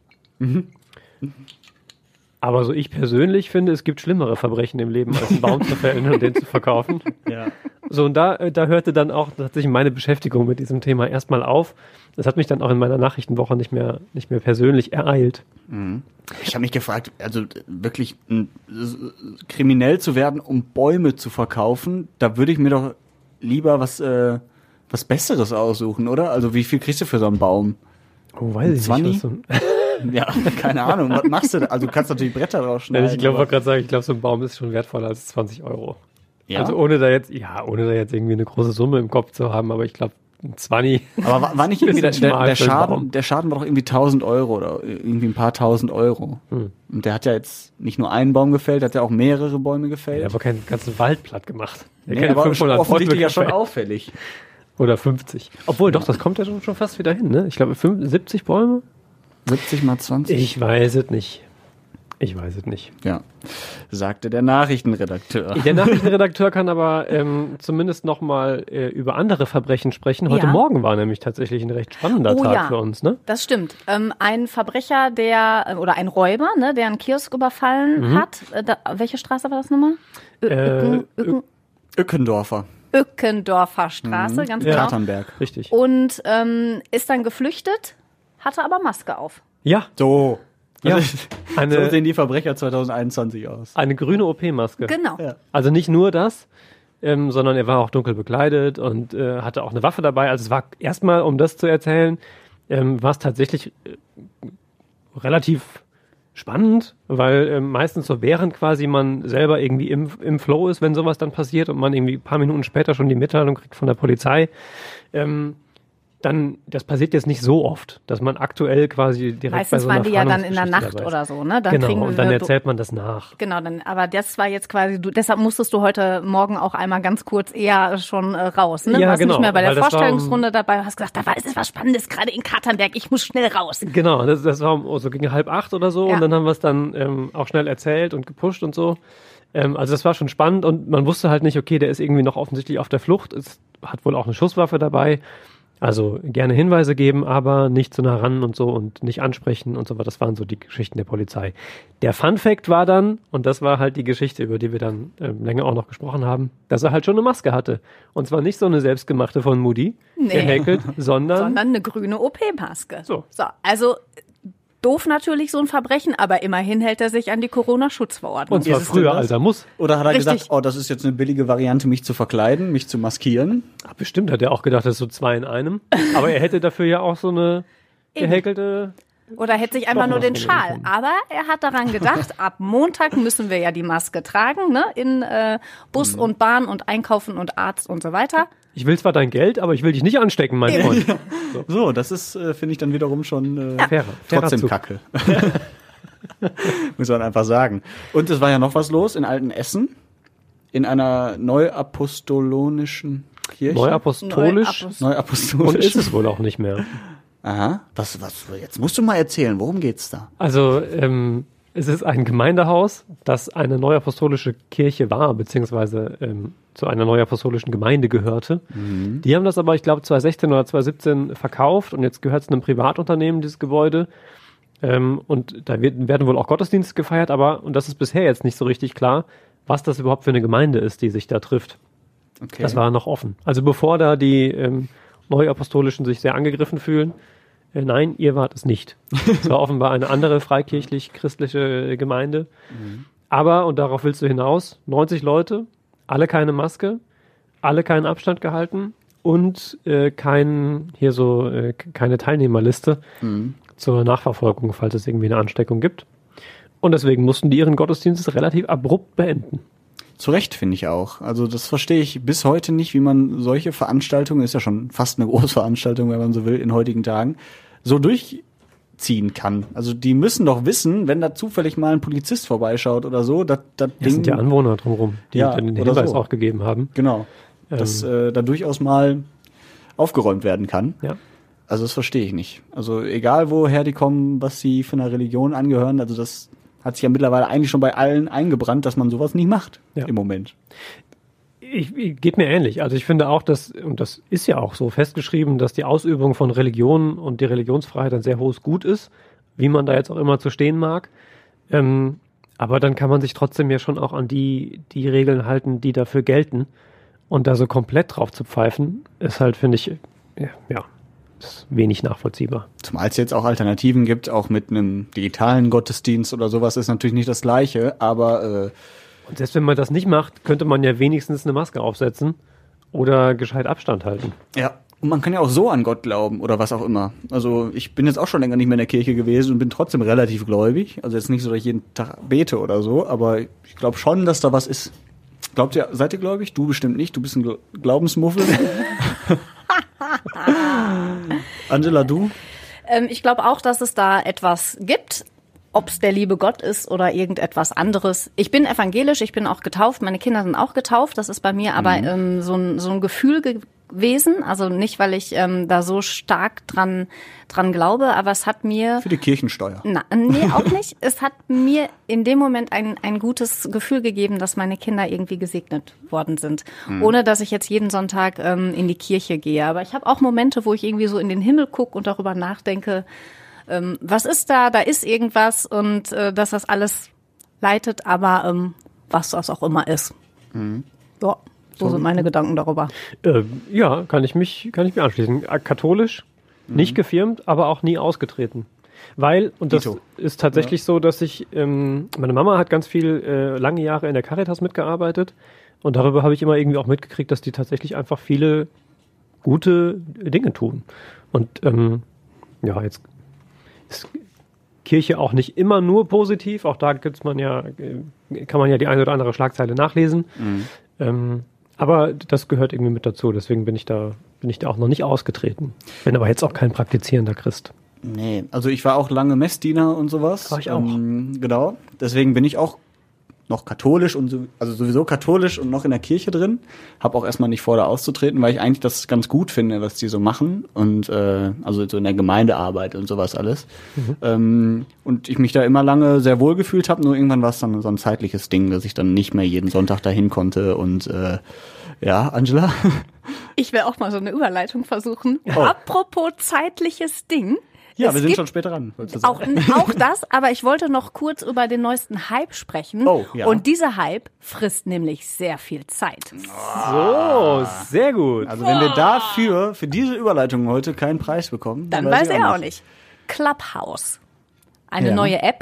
Aber so ich persönlich finde, es gibt schlimmere Verbrechen im Leben, als einen Baum zu fällen und den zu verkaufen. Ja. So, und da, äh, da hörte dann auch tatsächlich meine Beschäftigung mit diesem Thema erstmal auf. Das hat mich dann auch in meiner Nachrichtenwoche nicht mehr, nicht mehr persönlich ereilt. Ich habe mich gefragt, also wirklich m, s- kriminell zu werden, um Bäume zu verkaufen, da würde ich mir doch lieber was äh, was Besseres aussuchen, oder? Also wie viel kriegst du für so einen Baum? Oh, weiß ich Zwanni? nicht. Was so, Ja, keine Ahnung. Was machst du da? Also du kannst natürlich Bretter rausschneiden. ich glaube, aber- wollte gerade sagen, ich glaube, so ein Baum ist schon wertvoller als zwanzig Euro. ja. Also ohne da jetzt, ja, ohne da jetzt irgendwie eine große Summe im Kopf zu haben, aber ich glaube, ein Zwanni. aber war, war nicht irgendwie der, Bisschen der, schmal der für einen Schaden, Baum. der Schaden war doch irgendwie tausend Euro oder irgendwie ein paar tausend Euro. Hm. Und der hat ja jetzt nicht nur einen Baum gefällt, der hat ja auch mehrere Bäume gefällt. Der hat aber keinen ganzen Wald platt gemacht. Der nee, kennt aber fünfhundert offensichtlich Bäume ja schon gefällt. auffällig. Oder fünfzig. Obwohl, doch, das kommt ja schon, schon fast wieder hin, ne? Ich glaube, fünf- siebzig Bäume? siebzig mal zwanzig? Ich weiß es nicht. Ich weiß es nicht. Ja, sagte der Nachrichtenredakteur. Der Nachrichtenredakteur kann aber ähm, zumindest noch mal äh, über andere Verbrechen sprechen. Heute Ja. Morgen war nämlich tatsächlich ein recht spannender Oh Tag ja. für uns, ne? Das stimmt. Ähm, ein Verbrecher, der, oder ein Räuber, ne, der einen Kiosk überfallen hat. Äh, da, welche Straße war das nochmal? Ö- Äh, Öcken- Öcken- Öckendorfer, Öckendorfer Straße, ganz Ja. genau. Katernberg. Richtig. Und ähm, ist dann geflüchtet, hatte aber Maske auf. Ja, So. ja. Also, so Eine, sehen die Verbrecher zwanzig einundzwanzig aus. eine grüne O P-Maske. Genau. Ja. Also nicht nur das, ähm, sondern er war auch dunkel bekleidet und äh, hatte auch eine Waffe dabei. Also es war erstmal, um das zu erzählen, ähm, war es tatsächlich äh, relativ spannend, weil ähm, meistens so während quasi man selber irgendwie im, im Flow ist, wenn sowas dann passiert und man irgendwie ein paar Minuten später schon die Mitteilung kriegt von der Polizei, ähm, dann, das passiert jetzt nicht so oft, dass man aktuell quasi direkt Meistens bei so einer waren die ja dann in der Fahndungsgeschichte Nacht dabei ist. oder so, ne? Dann Genau, kriegen und dann wir- erzählt man das nach. Genau, dann, aber das war jetzt quasi, du, deshalb musstest du heute Morgen auch einmal ganz kurz eher schon äh, raus, ne? Ja, Warst genau, nicht mehr bei der weil das war, Vorstellungsrunde dabei, hast gesagt, da war, es ist was Spannendes gerade in Katernberg, ich muss schnell raus. Genau, das, das war um, so gegen halb acht oder so Ja. und dann haben wir es dann ähm, auch schnell erzählt und gepusht und so. Ähm, also das war schon spannend und man wusste halt nicht, okay, der ist irgendwie noch offensichtlich auf der Flucht, es hat wohl auch eine Schusswaffe dabei. Also gerne Hinweise geben, aber nicht zu nah ran und so und nicht ansprechen und so weiter. Das waren so die Geschichten der Polizei. Der Fun-Fact war dann, und das war halt die Geschichte, über die wir dann ähm, länger auch noch gesprochen haben, dass er halt schon eine Maske hatte. Und zwar nicht so eine selbstgemachte von Moody, Nee. gehäkelt, sondern, Sondern eine grüne O P-Maske. So. So, also doof natürlich so ein Verbrechen, aber immerhin hält er sich an die Corona-Schutzverordnung. und zwar ist es denn früher, das? als er muss. Oder hat er Richtig. gesagt, oh, das ist jetzt eine billige Variante, mich zu verkleiden, mich zu maskieren? Ach, bestimmt hat er auch gedacht, das ist so zwei in einem. Aber er hätte dafür ja auch so eine gehäkelte. Oder hätte sich einfach Doch nur noch den von Schal. irgendwo. Aber er hat daran gedacht, ab Montag müssen wir ja die Maske tragen, ne? In äh, Bus Mhm. und Bahn und Einkaufen und Arzt und so weter. Ich will zwar dein Geld, aber ich will dich nicht anstecken, mein Freund. So, das ist, äh, finde ich dann wiederum schon äh, Fairer, fairer trotzdem Zug. Kacke. Muss man einfach sagen. Und es war ja noch was los in Altenessen, in einer neuapostolonischen Kirche. Neuapostolisch. Neuapostolisch. Neuapostolisch. Und ist es wohl auch nicht mehr. Aha. Was, was, jetzt musst du mal erzählen, worum geht's da? Also, ähm, es ist ein Gemeindehaus, das eine neuapostolische Kirche war, beziehungsweise ähm, zu einer neuapostolischen Gemeinde gehörte. Die haben das aber, ich glaube, zwanzig sechzehn oder zwanzig siebzehn verkauft und jetzt gehört es einem Privatunternehmen, dieses Gebäude. Ähm, und da wird, werden wohl auch Gottesdienste gefeiert, aber, und das ist bisher jetzt nicht so richtig klar, was das überhaupt für eine Gemeinde ist, die sich da trifft. Okay. Das war noch offen. Also bevor da die ähm, Neuapostolischen sich sehr angegriffen fühlen, äh, nein, ihr wart es nicht. Es war offenbar eine andere freikirchlich-christliche Gemeinde. Aber, und darauf willst du hinaus, neunzig Leute, alle keine Maske, alle keinen Abstand gehalten und äh, kein, hier so, äh, keine Teilnehmerliste zur Nachverfolgung, falls es irgendwie eine Ansteckung gibt. Und deswegen mussten die ihren Gottesdienst relativ abrupt beenden. Zu Recht, finde ich auch. Also das verstehe ich bis heute nicht, wie man solche Veranstaltungen, ist ja schon fast eine Großveranstaltung, wenn man so will, in heutigen Tagen, so durchziehen kann. Also die müssen doch wissen, wenn da zufällig mal ein Polizist vorbeischaut oder so, dass das Das sind ja Anwohner drumherum, die Ja, den oder Hinweis so. auch gegeben haben. Genau, dass Ähm. äh, da durchaus mal aufgeräumt werden kann. Ja. Also das verstehe ich nicht. Also egal woher die kommen, was sie für eine Religion angehören, also das hat sich ja mittlerweile eigentlich schon bei allen eingebrannt, dass man sowas nicht macht Ja. im Moment. Ich, ich, geht mir ähnlich. Also ich finde auch, dass, und das ist ja auch so festgeschrieben, dass die Ausübung von Religion und die Religionsfreiheit ein sehr hohes Gut ist, wie man da jetzt auch immer zu stehen mag. Ähm, aber dann kann man sich trotzdem ja schon auch an die, die Regeln halten, die dafür gelten. Und da so komplett drauf zu pfeifen, ist halt, finde ich, ja, ja, ist wenig nachvollziehbar. Zumal es jetzt auch Alternativen gibt, auch mit einem digitalen Gottesdienst oder sowas ist natürlich nicht das Gleiche, aber äh, Und selbst wenn man das nicht macht, könnte man ja wenigstens eine Maske aufsetzen oder gescheit Abstand halten. ja. Und man kann ja auch so an Gott glauben oder was auch immer. Also ich bin jetzt auch schon länger nicht mehr in der Kirche gewesen und bin trotzdem relativ gläubig. Also jetzt nicht so, dass ich jeden Tag bete oder so, aber ich glaube schon, dass da was ist. Glaubt ihr, seid ihr gläubig? Du bestimmt nicht, du bist ein Gl- Glaubensmuffel. Angela, du? Ähm, ich glaube auch, dass es da etwas gibt. Ob es der liebe Gott ist oder irgendetwas anderes. Ich bin evangelisch, ich bin auch getauft, meine Kinder sind auch getauft. Das ist bei mir aber ähm, so, ein, so ein Gefühl ge Wesen, also nicht, weil ich ähm, da so stark dran dran glaube, aber es hat mir... Für die Kirchensteuer. Na, nee, auch nicht. Es hat mir in dem Moment ein ein gutes Gefühl gegeben, dass meine Kinder irgendwie gesegnet worden sind, mhm. ohne dass ich jetzt jeden Sonntag ähm, in die Kirche gehe. Aber ich habe auch Momente, wo ich irgendwie so in den Himmel gucke und darüber nachdenke, ähm, was ist da? Da ist irgendwas und äh, dass das alles leitet, aber ähm, was das auch immer ist. Mhm. Ja. So sind meine Gedanken darüber. Äh, ja, kann ich mich, kann ich mir anschließen. Katholisch, mhm. nicht gefirmt, aber auch nie ausgetreten. Weil, und das Dito. ist tatsächlich ja. so, dass ich, ähm, meine Mama hat ganz viel, äh, lange Jahre in der Caritas mitgearbeitet und darüber habe ich immer irgendwie auch mitgekriegt, dass die tatsächlich einfach viele gute Dinge tun. Und ähm, ja, jetzt ist Kirche auch nicht immer nur positiv, auch da gibt's man ja, kann man ja die eine oder andere Schlagzeile nachlesen. Mhm. Ähm, Aber das gehört irgendwie mit dazu, deswegen bin ich da, bin ich da auch noch nicht ausgetreten. Bin aber jetzt auch kein praktizierender Christ. Nee, also ich war auch lange Messdiener und sowas. War ich auch. Ähm, genau, deswegen bin ich auch noch katholisch und so, also sowieso katholisch und noch in der Kirche drin. Hab auch erstmal nicht vor, da auszutreten, weil ich eigentlich das ganz gut finde, was die so machen und äh, also so in der Gemeindearbeit und sowas alles. Mhm. Ähm, und ich mich da immer lange sehr wohl gefühlt habe, nur irgendwann war es dann so ein zeitliches Ding, dass ich dann nicht mehr jeden Sonntag dahin konnte und äh, ja, Angela? Ich will auch mal so eine Überleitung versuchen. Oh. Apropos zeitliches Ding. Ja, es wir sind schon später dran. Auch, auch das, aber ich wollte noch kurz über den neuesten Hype sprechen. Oh, ja. Und dieser Hype frisst nämlich sehr viel Zeit. So, sehr gut. Also wenn wir dafür, für diese Überleitung heute keinen Preis bekommen, dann, dann weiß ich auch nicht. nicht. Clubhouse. Eine ja. neue App.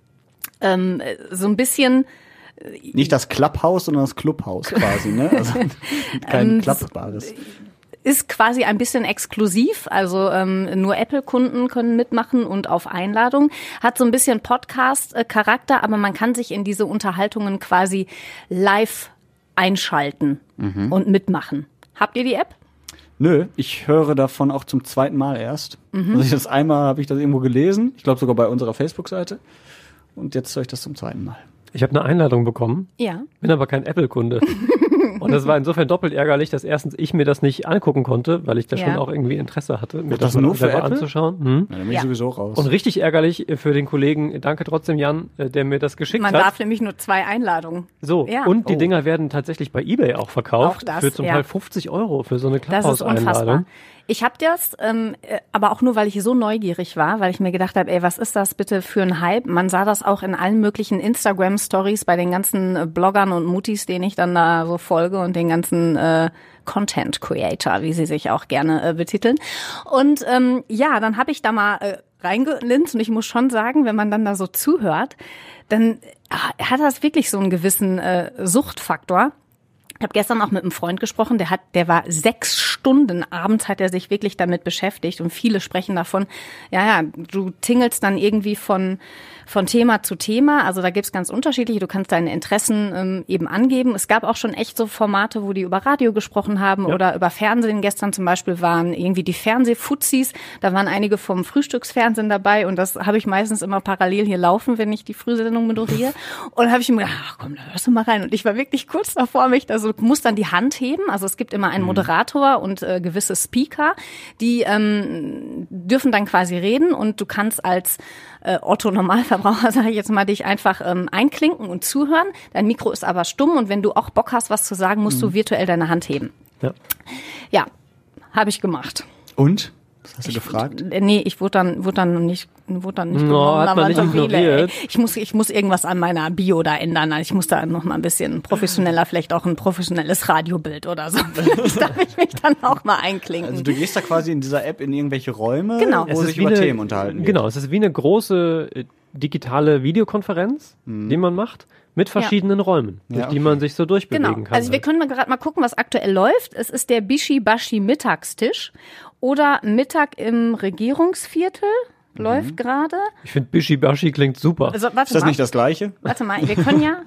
Ähm, so ein bisschen... Nicht das Clubhouse, sondern das Clubhouse quasi, ne? Also kein Klappbares. Ist quasi ein bisschen exklusiv, also ähm, nur Apple-Kunden können mitmachen und auf Einladung. Hat so ein bisschen Podcast-Charakter, aber man kann sich in diese Unterhaltungen quasi live einschalten mhm. und mitmachen. Habt ihr die App? Nö, ich höre davon auch zum zweiten Mal erst. Mhm. Also ich das einmal habe ich das irgendwo gelesen, ich glaube sogar bei unserer Facebook-Seite. Und jetzt höre ich das zum zweiten Mal. Ich habe eine Einladung bekommen, ja. bin aber kein Apple-Kunde. Und das war insofern doppelt ärgerlich, dass erstens ich mir das nicht angucken konnte, weil ich da ja. schon auch irgendwie Interesse hatte, mir das, das nur selber anzuschauen. Hm? Ja, dann bin ich ja. sowieso raus. Und richtig ärgerlich für den Kollegen, danke trotzdem Jan, der mir das geschickt Man hat. Man darf nämlich nur zwei Einladungen. So, ja. und die oh. Dinger werden tatsächlich bei eBay auch verkauft. Auch das, für zum ja. Teil fünfzig Euro für so eine Clubhouse-Einladung. Das ist unfassbar. Ich habe das, ähm, aber auch nur, weil ich so neugierig war, weil ich mir gedacht habe, ey, was ist das bitte für ein Hype? Man sah das auch in allen möglichen Instagram-Stories bei den ganzen Bloggern und Mutis, denen ich dann da so folge und den ganzen äh, Content Creator, wie sie sich auch gerne äh, betiteln. Und ähm, ja, dann habe ich da mal äh, reingelinst und ich muss schon sagen, wenn man dann da so zuhört, dann äh, hat das wirklich so einen gewissen äh, Suchtfaktor. Ich habe gestern auch mit einem Freund gesprochen, der hat, der war sechs Stunden abends hat er sich wirklich damit beschäftigt und viele sprechen davon, ja, ja, du tingelst dann irgendwie von von Thema zu Thema, also da gibt's ganz unterschiedliche, du kannst deine Interessen ähm, eben angeben. Es gab auch schon echt so Formate, wo die über Radio gesprochen haben ja. oder über Fernsehen. Gestern zum Beispiel waren irgendwie die Fernsehfuzis, da waren einige vom Frühstücksfernsehen dabei und das habe ich meistens immer parallel hier laufen, wenn ich die Frühsendung moderiere. Und habe ich mir gedacht, ach komm, da hörst du mal rein. Und ich war wirklich kurz davor, mich da so, du musst dann die Hand heben, also es gibt immer einen Moderator und äh, gewisse Speaker, die ähm, dürfen dann quasi reden und du kannst als äh, Otto-Normalverbraucher, sage ich jetzt mal, dich einfach ähm, einklinken und zuhören. Dein Mikro ist aber stumm und wenn du auch Bock hast, was zu sagen, musst mhm. du virtuell deine Hand heben. Ja, ja habe ich gemacht. Und? Was hast du ich, gefragt? Nee, ich wurde dann, wurde dann nicht, wurde dann nicht no, genommen. Hat man aber nicht so ignoriert. Viele, ich muss, ich muss irgendwas an meiner Bio da ändern. Ich muss da noch mal ein bisschen professioneller, vielleicht auch ein professionelles Radiobild oder so. Vielleicht darf ich mich dann auch mal einklinken. Also du gehst da quasi in dieser App in irgendwelche Räume, genau. wo sich über eine, Themen unterhalten wird. Genau, es ist wie eine große äh, digitale Videokonferenz, mhm. die man macht. Mit verschiedenen ja. Räumen, durch ja, okay. die man sich so durchbewegen genau. kann. Also wir können mal gerade mal gucken, was aktuell läuft. Es ist der Bishi-Bashi Mittagstisch oder Mittag im Regierungsviertel. Mhm. Läuft gerade. Ich finde Bishi-Bashi klingt super. Also, warte ist das mal. nicht das Gleiche? Warte mal, wir können ja...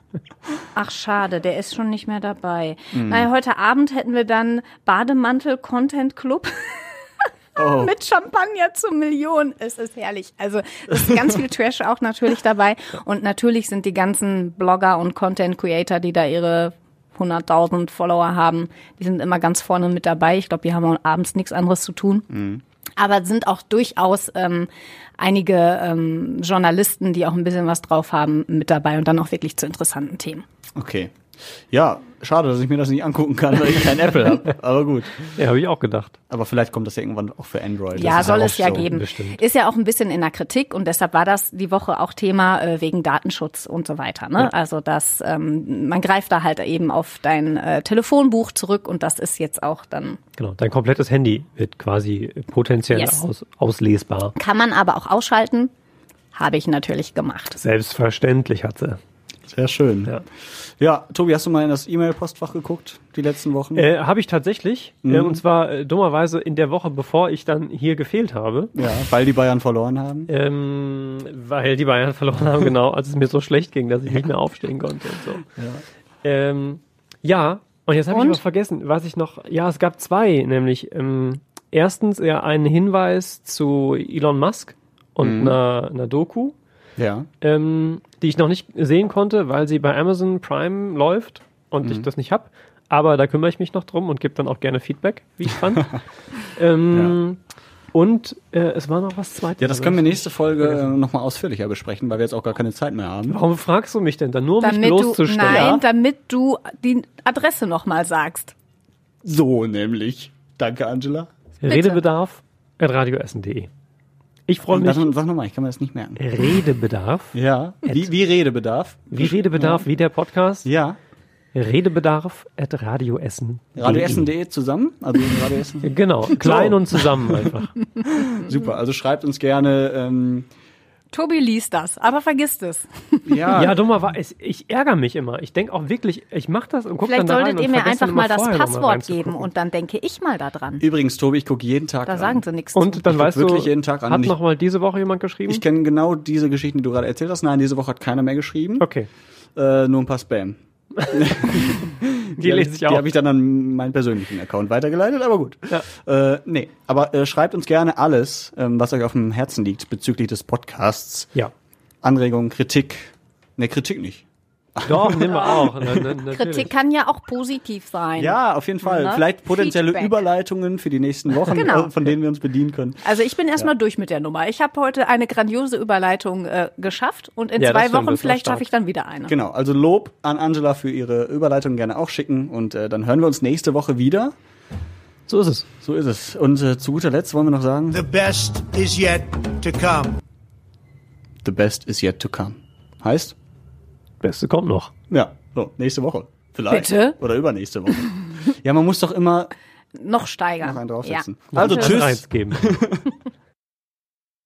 Ach, schade, der ist schon nicht mehr dabei. Mhm. Naja, heute Abend hätten wir dann Bademantel-Content-Club. Oh. Mit Champagner zu Millionen. Es ist herrlich. Also es ist ganz viel Trash auch natürlich dabei. Und natürlich sind die ganzen Blogger und Content Creator, die da ihre hunderttausend Follower haben. Die sind immer ganz vorne mit dabei. Ich glaube, die haben auch abends nichts anderes zu tun. Mhm. Aber sind auch durchaus ähm, einige ähm, Journalisten, die auch ein bisschen was drauf haben, mit dabei und dann auch wirklich zu interessanten Themen. Okay. Ja, schade, dass ich mir das nicht angucken kann, weil ich kein Apple habe. Aber gut. Ja, habe ich auch gedacht. Aber vielleicht kommt das ja irgendwann auch für Android. Ja, das soll ist es ja so. geben. bestimmt. Ist ja auch ein bisschen in der Kritik und deshalb war das die Woche auch Thema äh, wegen Datenschutz und so weiter. Ne? Ja. Also dass ähm, man greift da halt eben auf dein äh, Telefonbuch zurück und das ist jetzt auch dann, Genau, dein komplettes Handy wird quasi potenziell Yes. aus, auslesbar. kann man aber auch ausschalten. Habe ich natürlich gemacht. Selbstverständlich hat sie. Sehr schön. Ja. Ja, Tobi, hast du mal in das E-Mail-Postfach geguckt, die letzten Wochen? Äh, habe ich tatsächlich. Mhm. Äh, und zwar äh, dummerweise in der Woche, bevor ich dann hier gefehlt habe. Ja, weil die Bayern verloren haben. Ähm, weil die Bayern verloren haben, genau, als es mir so schlecht ging, dass ich nicht mehr aufstehen konnte und so. Ja. Ähm, ja, und jetzt habe ich Und? mal vergessen, was ich noch, ja, es gab zwei, nämlich ähm, erstens ja einen Hinweis zu Elon Musk und Mhm. einer, einer Doku, Ja. ähm, die ich noch nicht sehen konnte, weil sie bei Amazon Prime läuft und Mhm. ich das nicht hab. Aber da kümmere ich mich noch drum und gebe dann auch gerne Feedback, wie ich fand. ähm, Und äh, es war noch was Zweites. Ja, das können wir nächste Folge äh, nochmal ausführlicher besprechen, weil wir jetzt auch gar keine Zeit mehr haben. Warum fragst du mich denn dann? Nur um mich Damit du, bloßzustellen. nein, damit du die Adresse nochmal sagst. So nämlich. Danke, Angela. Redebedarf at radioessen punkt de. Ich freue mich. Sag, sag nochmal, ich kann mir das nicht merken. Redebedarf. Ja. Wie, wie Redebedarf? Wie Redebedarf, wie der Podcast. Ja. Redebedarf at radioessen punkt de. radioessen punkt de zusammen? Also Radioessen. Genau, klein und zusammen einfach. Super, also schreibt uns gerne. Ähm, Tobi liest das, aber vergisst es. ja, Ja, dummerweise, ich ärgere mich immer. Ich denke auch wirklich, ich mache das und gucke dann Vielleicht da rein solltet ihr und mir vergesse einfach mal immer das vorher noch mal Passwort reinzugucken. geben und dann denke ich mal da dran. Übrigens, Tobi, ich gucke jeden Tag Da an. sagen sie nichts zu. Und dann Ich guck weißt wirklich du, jeden Tag an. hat Und ich- noch mal diese Woche jemand geschrieben? Ich kenne genau diese Geschichten, die du gerade erzählt hast. Nein, diese Woche hat keiner mehr geschrieben. Okay, Äh, nur ein paar Spam. die lese ich Die auch. habe ich dann an meinen persönlichen Account weitergeleitet, aber gut. Ja. Äh, nee, aber äh, schreibt uns gerne alles, ähm, was euch auf dem Herzen liegt bezüglich des Podcasts. Ja. Anregungen, Kritik. Ne, Kritik nicht. Doch, nehmen wir auch. Na, na, natürlich. Kritik kann ja auch positiv sein. Ja, auf jeden Fall. Ne? Vielleicht potenzielle Feedback. Überleitungen für die nächsten Wochen, Genau. äh, von denen wir uns bedienen können. Also ich bin erstmal durch mit der Nummer. Ich habe heute eine grandiose Überleitung äh, geschafft und in Ja, das zwei stimmt, Wochen das war vielleicht stark. schaffe ich dann wieder eine. Genau, also Lob an Angela für ihre Überleitung gerne auch schicken und äh, dann hören wir uns nächste Woche wieder. So ist es. So ist es. Und äh, zu guter Letzt wollen wir noch sagen, The best is yet to come. the best is yet to come. Heißt? Beste kommt noch. Ja, so, nächste Woche. Vielleicht. Bitte? Oder übernächste Woche. Ja, man muss doch immer Noch steigern. noch einen draufsetzen. Ja. Also Einen tschüss. Reiz geben.